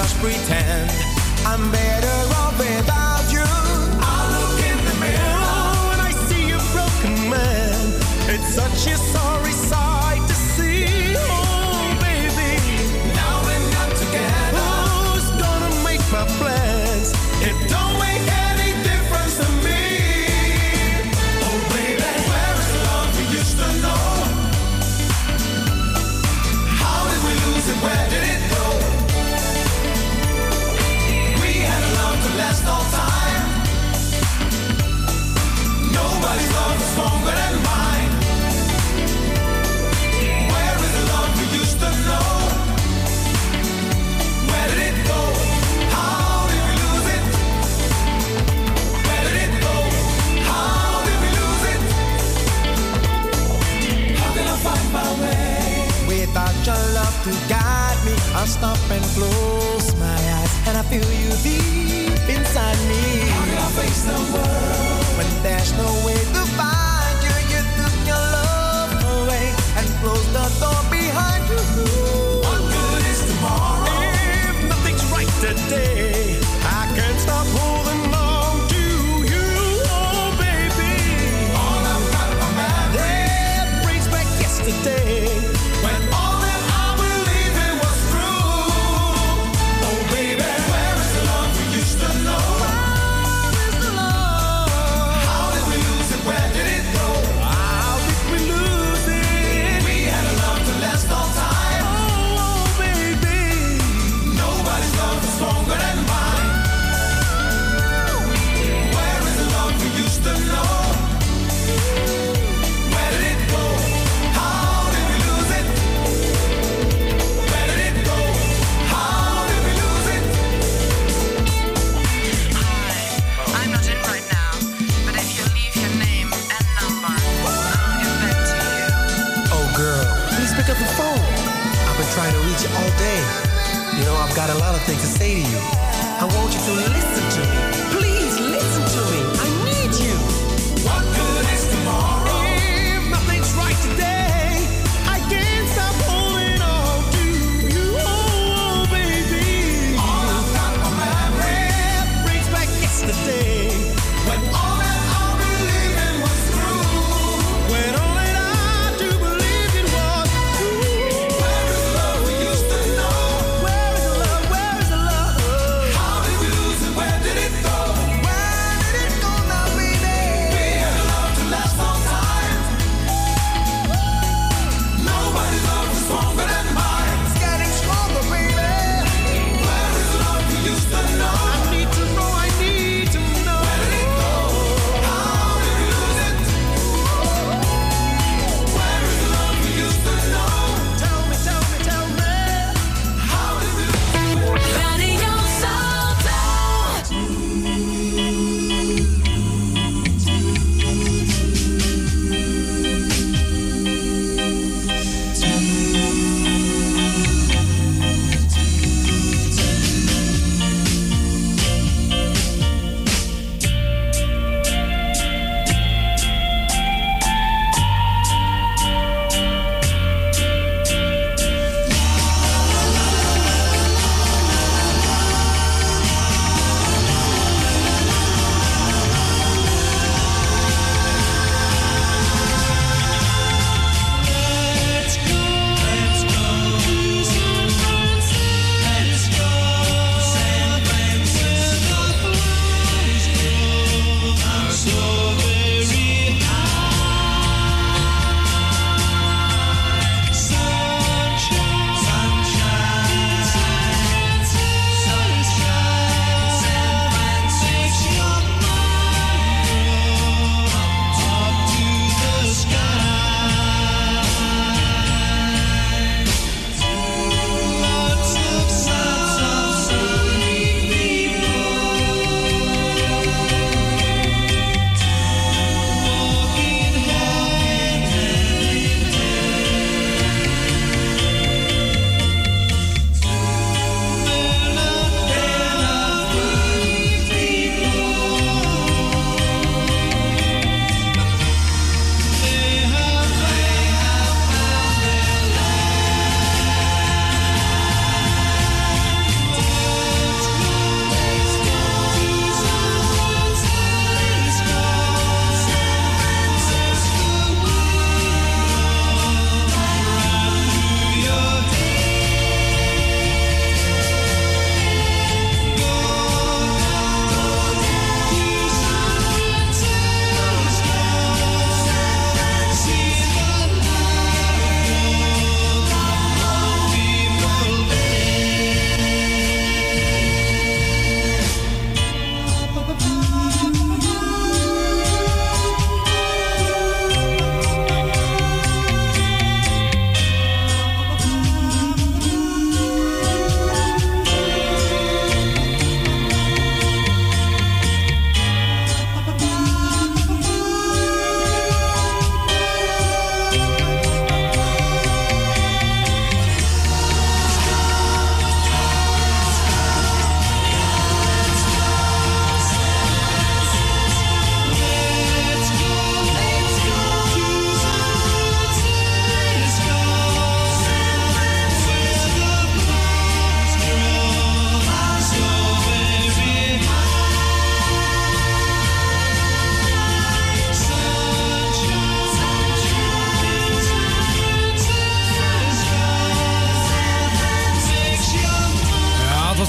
just pretend I'm better off without you. I look in the mirror and I see a broken man. It's such a sorry sight to see. Oh, baby, now we're not together. Who's gonna make my plans? It don't make any difference to me. Oh, baby, where is the love we used to know? How did we lose it? Where did it go? We had a love to last all time. Nobody's love is stronger than mine. Where is the love we used to know? Where did it go? How did we lose it? Where did it go? How did we lose it? How can I find my way? Without your love to guide me, I'll stop and close my eyes, and I feel you deep inside me. How can I face the world when there's no way to find you? You took your love away and closed the door behind you. What good is tomorrow if nothing's right today? I can't stop holding on to you, oh baby. All I've got are my memories that brings back yesterday when all that I believed in was true. Oh baby, where is the love we used to know? Where is the love? How did we lose it? Where did it go? How did we lose it? We had a love to last all time. Oh baby, nobody's love is stronger than mine. Where is the love we used to know? Where did it go? How did we lose it? Where did it go? How did we lose it? Hi, I'm not in right now, but if you leave your name and number, I'll get back to you. Oh girl, please pick up the phone. I've been trying to reach you all day. You know, I've got a lot of things to say to you. I want you to listen to me. Please listen to me. I need you. What good is tomorrow if nothing's right today? I can't stop holding on to you, oh baby. All I've got are memories that brings back yesterday when all that I believed in was true. When all that I do believe in was true. Where is the love we used to know? Where is the love? Where is the love? How did we lose it? Where did it go? Where did it go now, baby?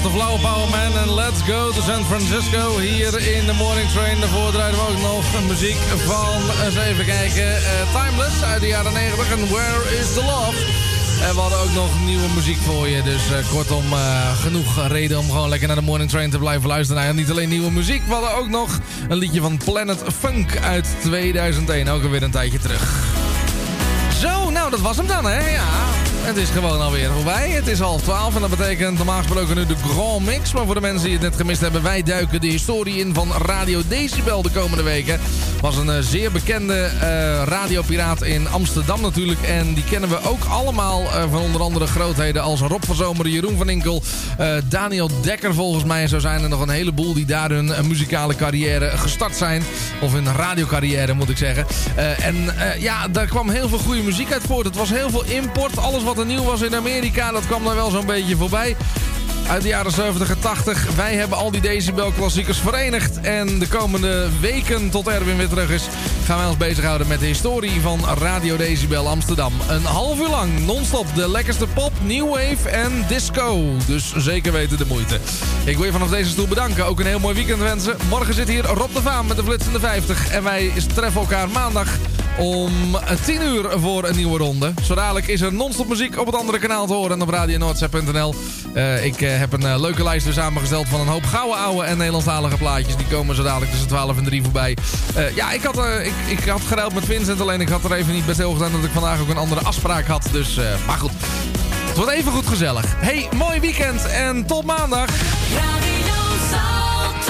de Flower Power Man en Let's Go to San Francisco. Hier in de Morning Train. Daarvoor draaien we ook nog muziek van, eens even kijken, uh, Timeless uit de jaren negentig en Where is the Love. En we hadden ook nog nieuwe muziek voor je. Dus uh, kortom, uh, genoeg reden om gewoon lekker naar de Morning Train te blijven luisteren. Nou, niet alleen nieuwe muziek, we hadden ook nog een liedje van Planet Funk uit tweeduizend één. Ook alweer een tijdje terug. Zo, nou dat was hem dan, hè? Ja, het is gewoon alweer voorbij. Het is half twaalf en dat betekent normaal gesproken nu de Grand Mix. Maar voor de mensen die het net gemist hebben, wij duiken de historie in van Radio Decibel de komende weken. Was een uh, zeer bekende uh, radiopiraat in Amsterdam natuurlijk. En die kennen we ook allemaal uh, van onder andere grootheden als Rob van Zomeren, Jeroen van Inkel, uh, Daniel Dekker volgens mij. En zo zijn er nog een heleboel die daar hun uh, muzikale carrière gestart zijn. Of hun radiocarrière moet ik zeggen. Uh, en uh, ja, daar kwam heel veel goede muziek uit voort. Het was heel veel import. Alles wat er nieuw was in Amerika, dat kwam daar wel zo'n beetje voorbij. Uit de jaren zeventig en tachtig. Wij hebben al die Decibel-klassiekers verenigd. En de komende weken, tot Erwin weer terug is, gaan wij ons bezighouden met de historie van Radio Decibel Amsterdam. Een half uur lang, non-stop, de lekkerste pop, new wave en disco. Dus zeker weten de moeite. Ik wil je vanaf deze stoel bedanken. Ook een heel mooi weekend wensen. Morgen zit hier Rob de Vaan met de Flitsende vijftig. En wij treffen elkaar maandag om tien uur voor een nieuwe ronde. Zo dadelijk is er non-stop muziek op het andere kanaal te horen op radio noordzee punt n l. Uh, ik uh, heb een uh, leuke lijst weer samengesteld van een hoop gouden ouwe en Nederlandstalige plaatjes. Die komen zo dadelijk tussen twaalf en drie voorbij. Uh, ja, ik had, uh, ik, ik had geruild met Vincent, alleen ik had er even niet bij stilgestaan dat ik vandaag ook een andere afspraak had. Dus, uh, maar goed. Het wordt even goed gezellig. Hey, mooi weekend en tot maandag. Radio Salto.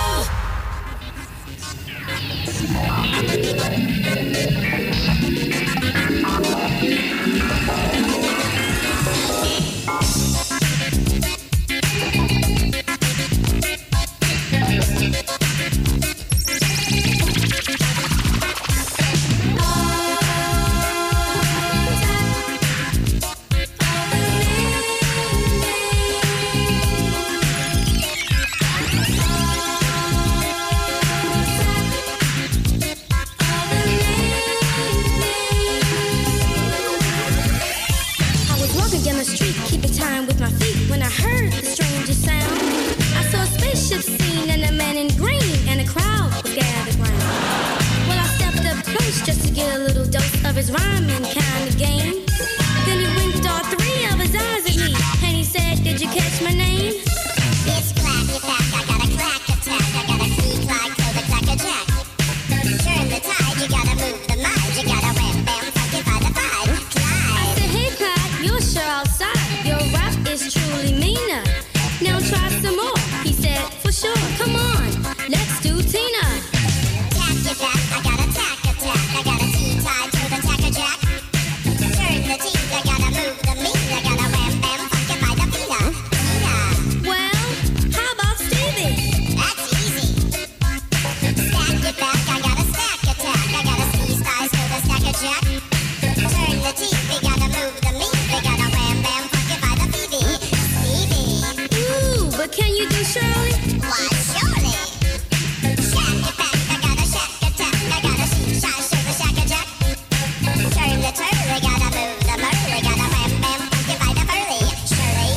Just to get a little dose of his rhyming kind of game. Then he winked all three of his eyes at me, and he said, "Did you catch my name?" It's Clacky Pack, I got a crack attack, I got a sneak like Cobra Clacker Jack. Turn the tide, you gotta move the mud, you gotta wham bam funky by the vibe. I said, "Hey Clack, you're sure outside, your rap is truly meaner. Now try some more." He said, "For sure, come on, let's do Tina." Tacky Pack, I got a tack. I got a T-tie to the tacker jack. Turn the teeth, I gotta move the meat. I gotta wham bam funky by the Vina. Vina. Well, how about Stevie? That's easy. Stack it back, I got a stack attack. I got a squeeze thighs to the stacker jack. Turn the teeth, we gotta move the meat. We gotta wham bam funky by the Stevie. Stevie. Ooh, but can you do Shirley? Why, surely. Shack it back, I got a shack attack. I got a turn the turn, we gotta move the mur, we gotta wham bam funky by the furly, Shirley.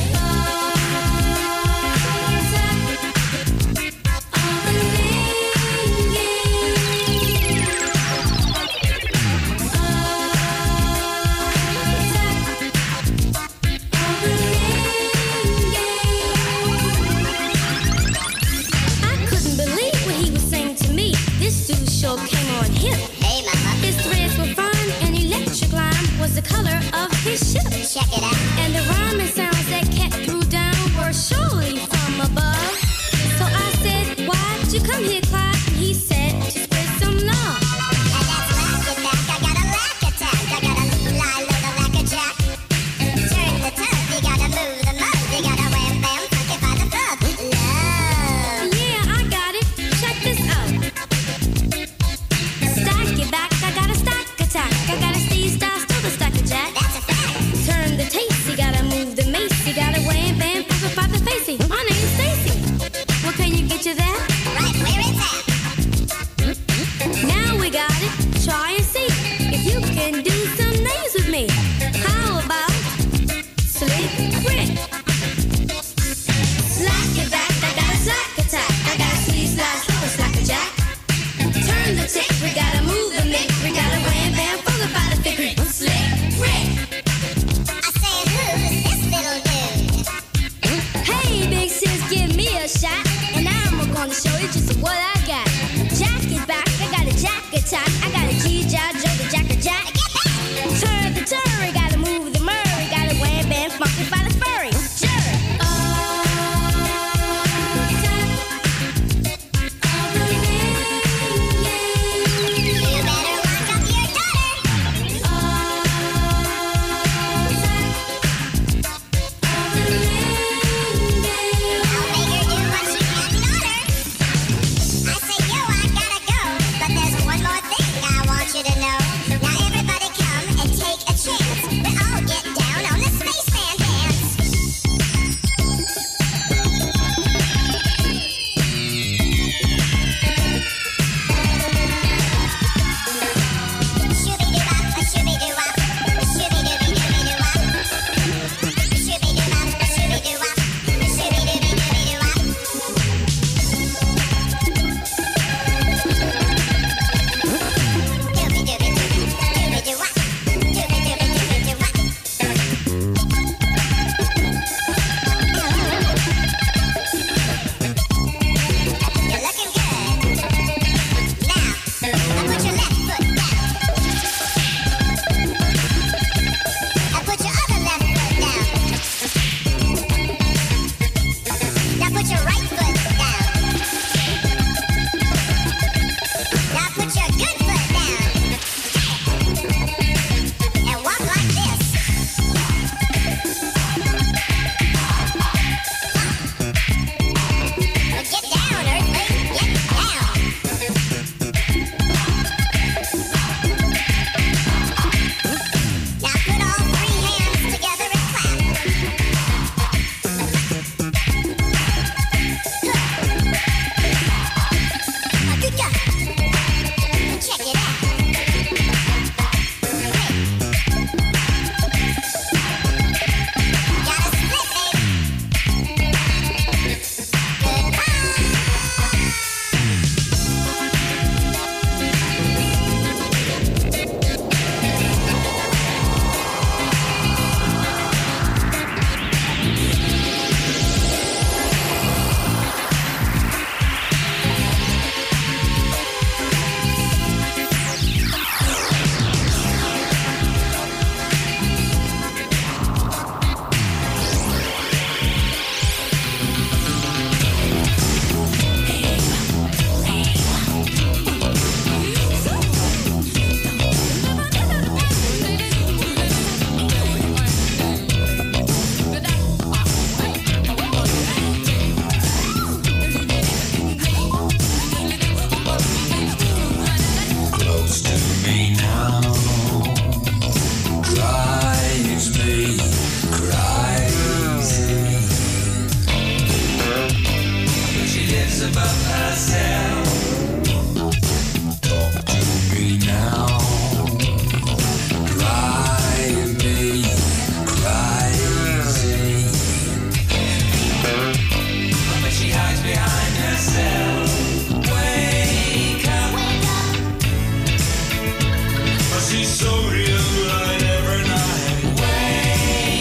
I couldn't believe what he was saying to me. This dude sure came on hip. Hey mama. His threads were fine and electric line was the color of his ship. Check it out. And the rhyming sounds that Cat threw down were surely from above. So I said, why'd you come here, Clyde? He said, to spread some love. And that's lack it back. I got a lack attack. I got a Eli little lack a jack. Turn the turn, you gotta move the mud. You gotta wham bam funky by the club. Love. Yeah, I got it. Check this out. Stack it back. I got a stack attack. I got a Steve Styles to the stacker jack. That's a fact. Turn the taste, you gotta move me crazy. But she lives above herself. Talk to me now. Drive me crazy. But she hides behind herself. Wake up. Wake up. But she's so real right every night. Wake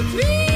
Wie?